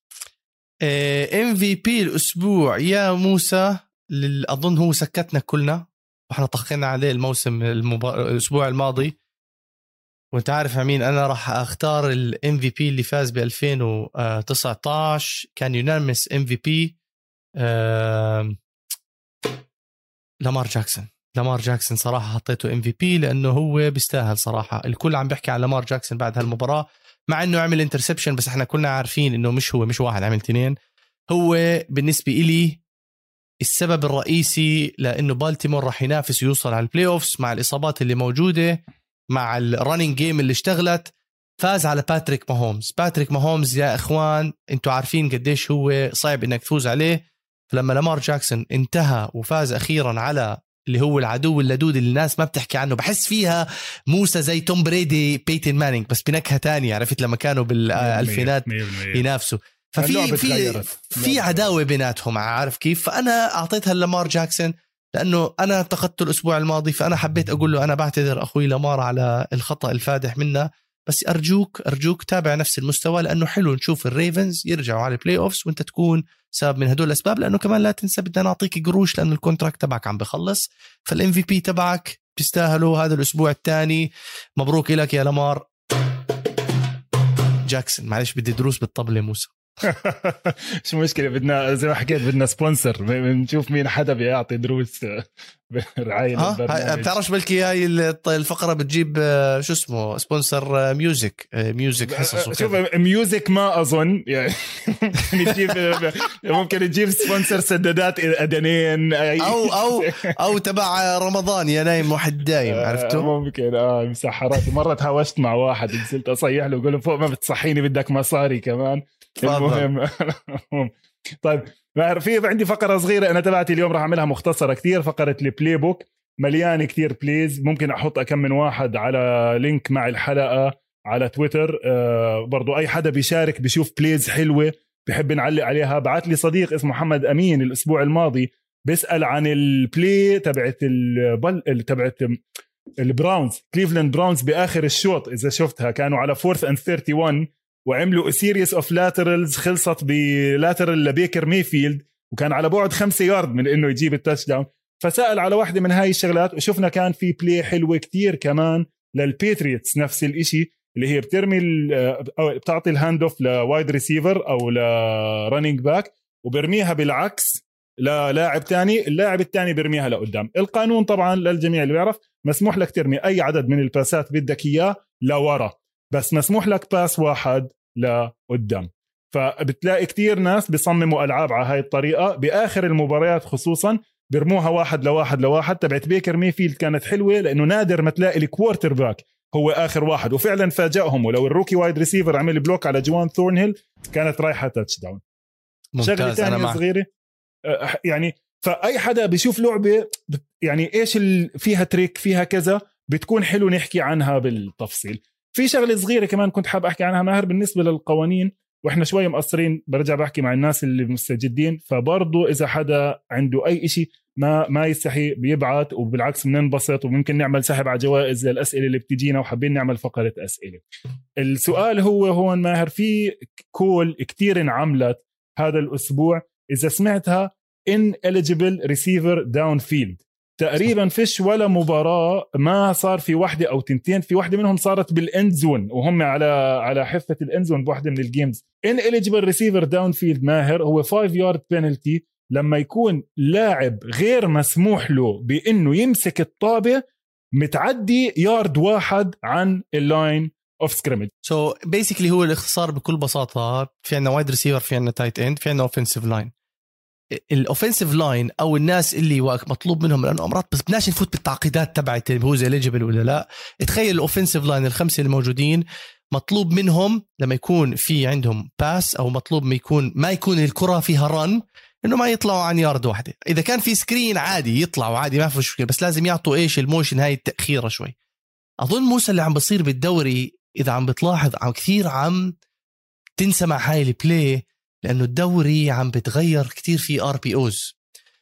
MVP الأسبوع يا موسى، أظن هو سكتنا كلنا وإحنا طخنا عليه الموسم الأسبوع الماضي، وانت عارف مين أنا راح أختار ال MVP اللي فاز ب 2019 كان يونانيمس MVP لامار جاكسون صراحة حطيته MVP لأنه هو بيستاهل صراحة. الكل عم بيحكي عن لامار جاكسون بعد هالمباراة، مع أنه عمل انترسبشن، بس احنا كنا عارفين أنه مش واحد، عمل 2. هو بالنسبة إلي السبب الرئيسي لأنه بالتيمور راح ينافس ويوصل على البلاي أوفس مع الإصابات اللي موجودة، مع الرننج جيم اللي اشتغلت. فاز على باتريك ماهومز يا إخوان، انتوا عارفين قديش هو صعب إنك تفوز عليه. فلما لامار جاكسون انتهى وفاز أخيرا على اللي هو العدو اللدود اللي الناس ما بتحكي عنه، بحس فيها موسى زي توم بريدي بيتن مانينج بس بنكهة تانية، عرفت لما كانوا بالألفينات ينافسوا. في عداوة بيناتهم، عارف كيف. فأنا أعطيتها لامار جاكسون لأنه أنا انتقدته الأسبوع الماضي، فأنا حبيت أقول له أنا بعتذر أخوي لامار على الخطأ الفادح منا، بس أرجوك تابع نفس المستوى، لأنه حلو نشوف الريفنز يرجعوا على البلاي أوفس وانت تكون سبب من هدول الأسباب. لأنه كمان لا تنسى بدنا نعطيك قروش لأنه الكونتراكت تبعك عم بخلص، فالام في بي تبعك بيستاهلوا هذا الأسبوع الثاني. مبروك لك يا لامار جاكسون. معلش بدي دروس بالطبلة موسى. شو مشكلة، بدنا زي ما حكيت بدنا سبونسر، بنشوف مين حدا بيعطي دروس برعاية للبرنامج. بتعرفش بلكي هاي الفقرة بتجيب شو اسمه سبونسر ميوزك حصص. شوف ميوزك ما أظن يعني ممكن تجيب سبونسر سدادات أدنين أو تبع رمضان يا نايم واحد دايم، عرفته ممكن مسحرات. مرة تهاوشت مع واحد نزلت أصيح له قول له فوق ما بتصحيني بدك مصاري كمان. المهم طيب في عندي فقرة صغيرة أنا تبعتي اليوم راح أعملها مختصرة كتير، فقرة البلاي بوك مليان كتير بليز. ممكن أحط أكم من واحد على لينك مع الحلقة على تويتر. برضو أي حدا بيشارك بيشوف بليز حلوة بحب نعلق عليها. بعت لي صديق اسمه محمد أمين الأسبوع الماضي بيسأل عن البلاي تبعت البراونز، كليفلاند براونز بآخر الشوط. إذا شفتها كانوا على 4th and 31 وعملوا سيريس اوف لاترالز خلصت بلاترال لبيكر ميفيلد وكان على بعد 5 يارد من انه يجيب التاتش داون. فسأل على واحدة من هاي الشغلات وشفنا كان في بلاي حلوة كتير كمان للبيتريتس، نفس الاشي اللي هي بترمي أو بتعطي الهاند اوف لوايد ريسيفر او لرننج باك وبرميها بالعكس للاعب تاني، اللاعب التاني برميها لقدام. القانون طبعا للجميع اللي بيعرف مسموح لك ترمي اي عدد من الباسات بدك اياه لورا، بس مسموح لك باس واحد لقدام. فبتلاقي كتير ناس بيصمموا ألعاب على هاي الطريقة بآخر المباريات، خصوصا برموها 1-1 تبعت بيكر ميفيلد كانت حلوة لأنه نادر ما تلاقي الكوارتر باك هو آخر واحد، وفعلا فاجأهم. ولو الروكي وايد ريسيفر عمل بلوك على جوان ثورنهيل كانت رايحة تاتش داون. شغلة تانية صغيرة يعني، فأي حدا بيشوف لعبة يعني إيش فيها تريك فيها كذا بتكون حلو نحكي عنها بالتفصيل. في شغلة صغيرة كمان كنت حاب أحكي عنها ماهر بالنسبة للقوانين، وإحنا شوية مقصرين برجع بحكي مع الناس اللي مستجدين. فبرضو إذا حدا عنده أي إشي ما يستحي بيبعت، وبالعكس بننبسط وممكن نعمل سحب على جوائز للأسئلة اللي بتجينا وحابين نعمل فقرة أسئلة. السؤال هو هون ماهر، في كول كتير انعملت هذا الأسبوع إذا سمعتها ineligible receiver downfield. تقريبا فيش ولا مباراة ما صار في واحدة أو تنتين، في واحدة منهم صارت بالإند زون وهم على حفة الإند زون بواحدة من الجيمز. ineligible receiver downfield ماهر هو 5 yard penalty لما يكون لاعب غير مسموح له بأنه يمسك الطابة متعدي يارد واحد عن اللاين اوف سكريمج. سو بيسكلي هو الاختصار بكل بساطة، في عنا وايد ريسيفر، في عنا تايت اند، في عنا اوفنسيف لاين. الاوفنسيف لاين او الناس اللي مطلوب منهم، لانه امرات بس بدناش نفوت بالتعقيدات تبعت هو اليجيبل ولا لا. تخيل الاوفنسيف لاين الخمسه الموجودين مطلوب منهم لما يكون في عندهم باس او مطلوب ما يكون الكره فيها رن انه ما يطلعوا عن يارد واحده. اذا كان في سكرين عادي يطلعوا عادي ما في مشكله، بس لازم يعطوا الموشن هاي التاخيره شوي. اظن موسى اللي عم بصير بالدوري اذا عم بتلاحظ كثير عم تنسى مع هاي البلاي، لأنه الدوري عم بتغير كتير في RPOs.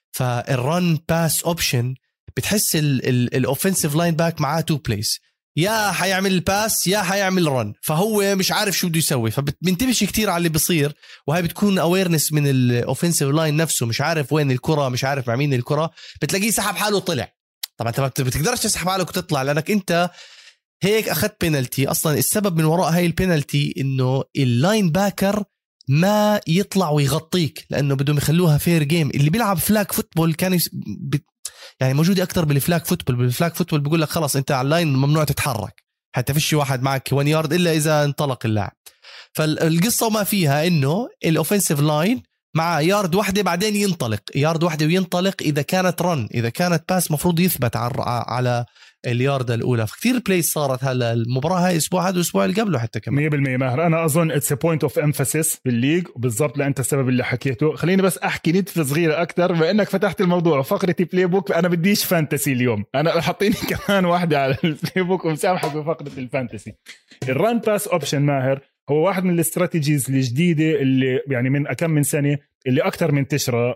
فالرن باس اوبشن بتحس الاوفنسيف لاين باك معاه 2 بلايز، يا حيعمل الباس يا حيعمل رن، فهو مش عارف شو بده يسوي، فبنتبهش كتير على اللي بصير. وهي بتكون اويرنس من الاوفنسيف لاين نفسه، مش عارف وين الكرة، مش عارف مع مين الكرة، بتلاقيه سحب حاله وطلع. طبعا انت بتقدرش تسحب حالك وتطلع لأنك انت هيك أخذت بينالتي. أصلا السبب من وراء هاي البينالتي إنه اللاين باكر ما يطلع ويغطيك، لأنه بدهم يخلوها فير جيم. اللي بيلعب فلاك فوتبول كان يعني موجود أكتر بالفلاك فوتبول. بالفلاك فوتبول بيقول لك خلاص أنت على اللاين ممنوع تتحرك حتى فيش واحد معك 1 يارد إلا إذا انطلق اللاعب. فالقصة وما فيها إنه الأوفنسيف لاين مع يارد واحدة بعدين ينطلق يارد واحدة وينطلق. إذا كانت رن إذا كانت باس مفروض يثبت على اليارد الأولى. فكتير بلايز صارت هلا المباراة هاي الأسبوع هذا والأسبوع اللي قبله حتى كمان 100% ماهر. أنا أظن it's a point of emphasis بالليج وبالضبط لأنت السبب اللي حكيته. خليني بس أحكي نتفة صغيرة أكتر بأنك فتحت الموضوع فقرتي بلاي بوك. أنا بديش فانتسي اليوم، أنا حاطيني كمان واحدة على البلاي بوك ومسامحك بفقرة الفانتسي. الران باس أوبشن ماهر هو واحد من الاستراتيجيز الجديدة اللي يعني من كم من سنة اللي أكتر من تشرى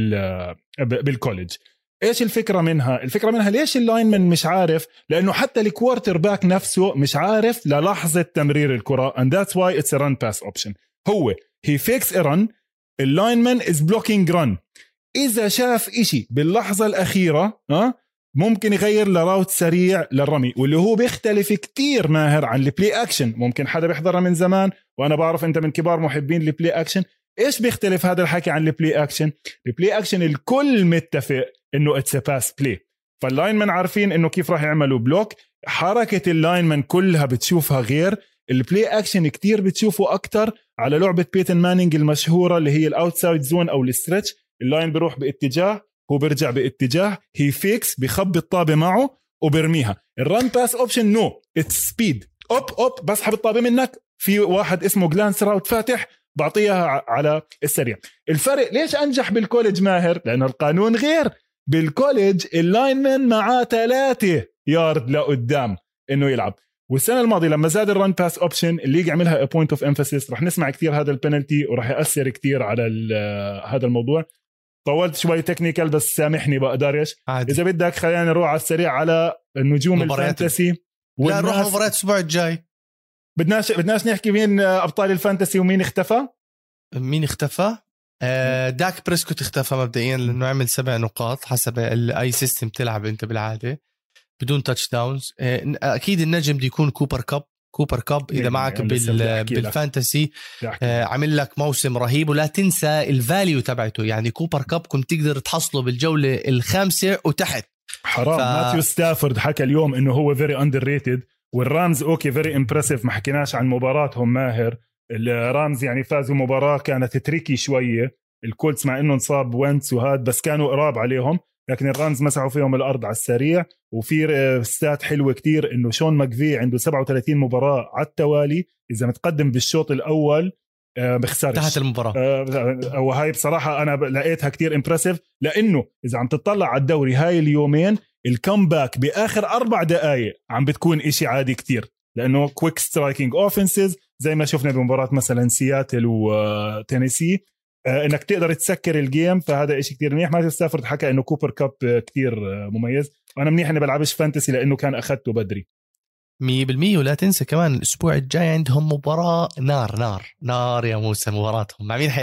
بالكوليج. ايش الفكره منها؟ الفكره منها ليش اللاينمن مش عارف؟ لانه حتى الكوارتر باك نفسه مش عارف للحظه تمرير الكره and that's why it's a run pass option. هو he fakes a run, اللاينمن is blocking run. اذا شاف اشي باللحظه الاخيره ممكن يغير لراوت سريع للرمي، واللي هو بيختلف كتير ماهر عن البلاي اكشن. ممكن حدا بيحضرها من زمان وانا بعرف انت من كبار محبين البلاي اكشن. ايش بيختلف هذا الحكي عن البلاي اكشن؟ البلاي اكشن الكل متفق انه اتس باس بلاي، فاللاينمن عارفين انه كيف راح يعملوا بلوك. حركه اللاينمن كلها بتشوفها غير. البلاي اكشن كتير بتشوفه اكتر على لعبه بيتن مانينج المشهوره اللي هي الاوتسايد زون او الستريتش. اللاين بيروح باتجاه هو بيرجع باتجاه، هي فيكس بيخبي الطابه معه وبرميها. الران باس اوبشن نو اتس سبيد اوب بسحب الطابه منك، في واحد اسمه جلانس راوت فاتح بعطيها على السريع. الفرق ليش أنجح بالكوليج ماهر؟ لأنه القانون غير. بالكوليج اللاينمن معاه 3 يارد لقدام إنه يلعب. والسنة الماضية لما زاد الران باس أوبشن اللي يعملها بوينت أوف إمفاسيس، رح نسمع كتير هذا البنالتي ورح يأثر كتير على هذا الموضوع. طولت شوي تكنيكال بس سامحني بقدرش. إذا بدك خلينا نروح على السريع على النجوم الفانتسي. لا نروح مباريات الأسبوع الجاي. بدناش نحكي مين أبطال الفانتسي ومين اختفى. مين اختفى؟ داك بريسكوت اختفى مبدئيا لأنه عمل 7 نقاط حسب أي سيستم تلعب أنت بالعادة بدون تاتش داونز. أكيد النجم دي يكون كوبر كاب إذا معك بالفانتسي. عمل لك موسم رهيب، ولا تنسى الفاليو تبعته. يعني كوبر كاب كنت تقدر تحصله بالجولة الخامسة وتحت. حرام. ماتيو ستافورد حكى اليوم إنه هو very underrated، والرامز اوكي فيري امبرسيف. ما حكيناش عن مباراتهم ماهر. الرامز يعني فازوا مباراة كانت تريكي شوية. الكولتس مع انه انصاب وينتس وهاد بس كانوا قراب عليهم، لكن الرامز مسحوا فيهم الارض على السريع. وفي ستات حلوة كتير انه شون ماكفي عنده 37 مباراة على التوالي، اذا متقدم بالشوط الاول بخسرش انتهت المباراة. وهاي بصراحة انا لقيتها كتير امبرسيف، لانه اذا عم تطلع على الدوري هاي اليومين الكمباك باخر 4 دقائق عم بتكون اشي عادي كتير، لانه كويك سترايكينج اوفنسز زي ما شفنا بمباراة مثلا سياتل وتينيسي، انك تقدر تسكر الجيم. فهذا اشي كتير منيح. ماتيو ستافورد حكى انه كوبر كاب كتير مميز، وانا منيح اني بلعبش فانتسي لانه كان اخذته بدري 100%. ولا تنسى كمان الاسبوع الجاي عندهم مباراة نار يا موسى. مباراتهم مع مين حيلعبوا؟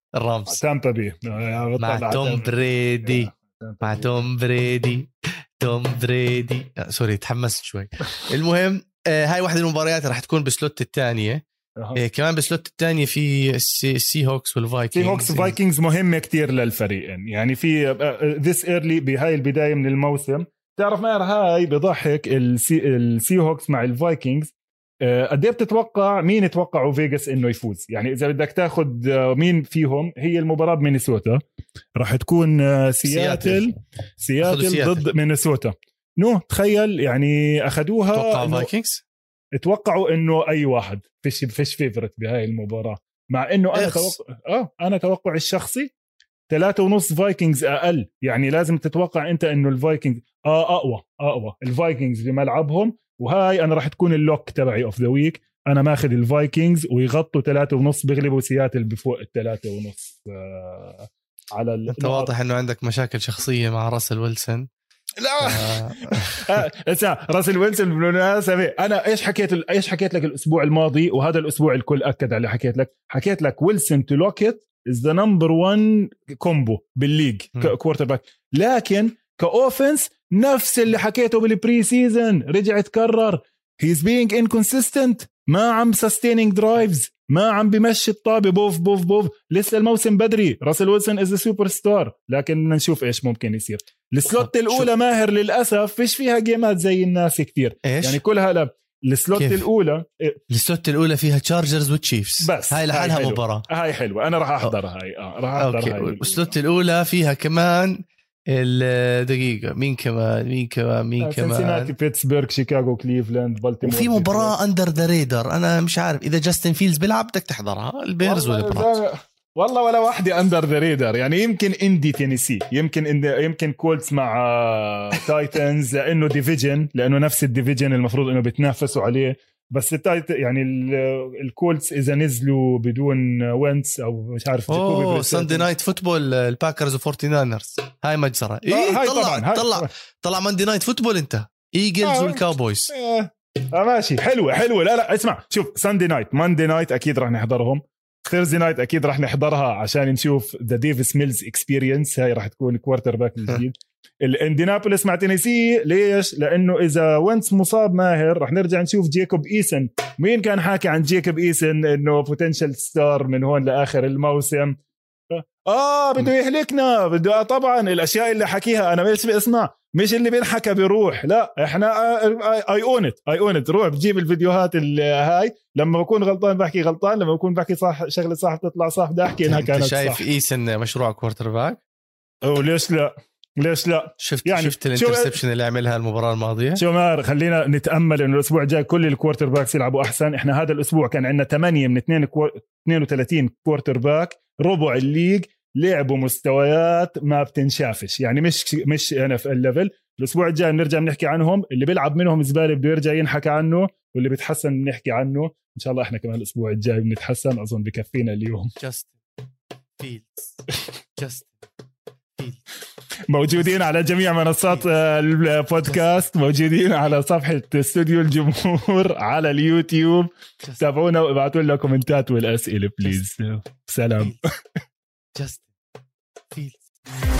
الرامز تامبا بي مع توم بريدي. مع توم بريدي. توم بريدي سوري تحمست شوي. المهم هاي واحدة من المباريات راح تكون بسلوت الثانية. كمان بسلوت الثانية في السي هوكس والفايكنجز. سي هوكس فايكنجز مهمة كتير للفريقين يعني في this early بهاي البداية من الموسم. تعرف ما هاي بضحك السي هوكس مع الفايكنجز قد ايه بتتوقع مين يتوقعوا فيغاس انه يفوز؟ يعني اذا بدك تاخد مين فيهم، هي المباراة بمينيسوتا راح تكون سياتل ضد مينيسوتا. تخيل يعني اخذوها. توقع فايكنجز، اتوقعوا انه اي واحد فيش فيفورت بهاي المباراة، مع انه انا توقع الشخصي 3.5 فايكنجز اقل. يعني لازم تتوقع انت انه الفايكنجز اقوى الفايكنجز بملعبهم. وهاي انا راح تكون اللوك تبعي اوف ذا ويك. انا ماخذ الفايكنجز ويغطوا 3.5 بيغلبوا سياتل بفوق 3.5 على انت واضح انه عندك مشاكل شخصيه مع راسل ويلسون. لا راسل ويلسون بالمناسبة انا ايش حكيت لك الاسبوع الماضي، وهذا الاسبوع الكل اكد على حكيت لك ويلسون تو لوكيت is the number one كومبو بالليج كوارتر باك. لكن كأوفنس نفس اللي حكيته بالبري سيزن رجع تكرر. he's being inconsistent، ما عم sustaining drives، ما عم بمشي الطابة بوف. لسه الموسم بدري. راسل ويلسون is a superstar، لكن بدنا نشوف ايش ممكن يصير. السلوت الاولى ماهر للاسف فيش فيها جيمات زي الناس كتير. يعني كلها لا. السلوت الاولى فيها تشارجرز وتشيفز بس. هاي لحالها مباراة، هاي حلوة. انا راح احضرها راح احضرها. السلوت الاولى فيها كمان الدقيقة مين كمان سنسيناتي، بيتسبرغ، شيكاغو، كليفلاند، بالتيمور. وفي مباراة اندر ذا ريدر انا مش عارف اذا جاستن فيلدز بيلعب بدك تحضرها. البيرز والبرات والله ولا واحدة اندر ذا ريدر. يعني يمكن اندي تينيسي، يمكن كولتس مع تايتنز لانه ديفيجن، لانه نفس الديفيجن المفروض انه بيتنافسوا عليه. بس يعني الكولتس اذا نزلوا بدون وينتس او مش عارف ساندي نايت فوتبول الباكرز وفورتينانرز هاي مجزرة. طلع ماندي نايت فوتبول انت ايجلز والكاوبويز. ماشي حلوة. لا اسمع شوف، ساندي نايت ماندي نايت اكيد راح نحضرهم. ثيرزي نايت اكيد راح نحضرها عشان نشوف ذا ديفيس ميلز اكسبيرينس. هاي راح تكون كوارتر باك الجديد. الاندينابوليس مع تينيسي. ليش؟ لانه اذا وينتس مصاب ماهر راح نرجع نشوف جيكوب ايسن. مين كان حاكي عن جيكوب ايسن انه بوتنشال ستار من هون لاخر الموسم؟ بده يهلكنا، بده طبعا الاشياء اللي حكيها انا مش بسمع، مش اللي بينحكى بيروح. لا احنا اي اون ات روح بجيب الفيديوهات اللي هاي. لما بكون غلطان بحكي غلطان، لما بكون بحكي صح شغله صح تطلع صح. بدي احكي انها كانت صح. شايف ايسن مشروع كوارتر باك؟ ليش لا شفت الانترسبشن اللي عملها المباراه الماضيه. شو مار، خلينا نتامل انه الاسبوع الجاي كل الكوارتر باكس يلعبوا احسن. احنا هذا الاسبوع كان عندنا 8 من 32 كوارتر باك، ربع الليج لعبوا مستويات ما بتنشافش. يعني مش انا في الليفل. الاسبوع الجاي بنرجع بنحكي عنهم. اللي بيلعب منهم زباله بده يرجع ينحكى عنه، واللي بيتحسن بنحكي عنه. ان شاء الله احنا كمان الاسبوع الجاي بنتحسن. اظن بكفينا اليوم. موجودين على جميع منصات البودكاست، موجودين على صفحة استوديو الجمهور على اليوتيوب. تابعونا وابعتوا لنا كومنتات والأسئلة بليز. سلام.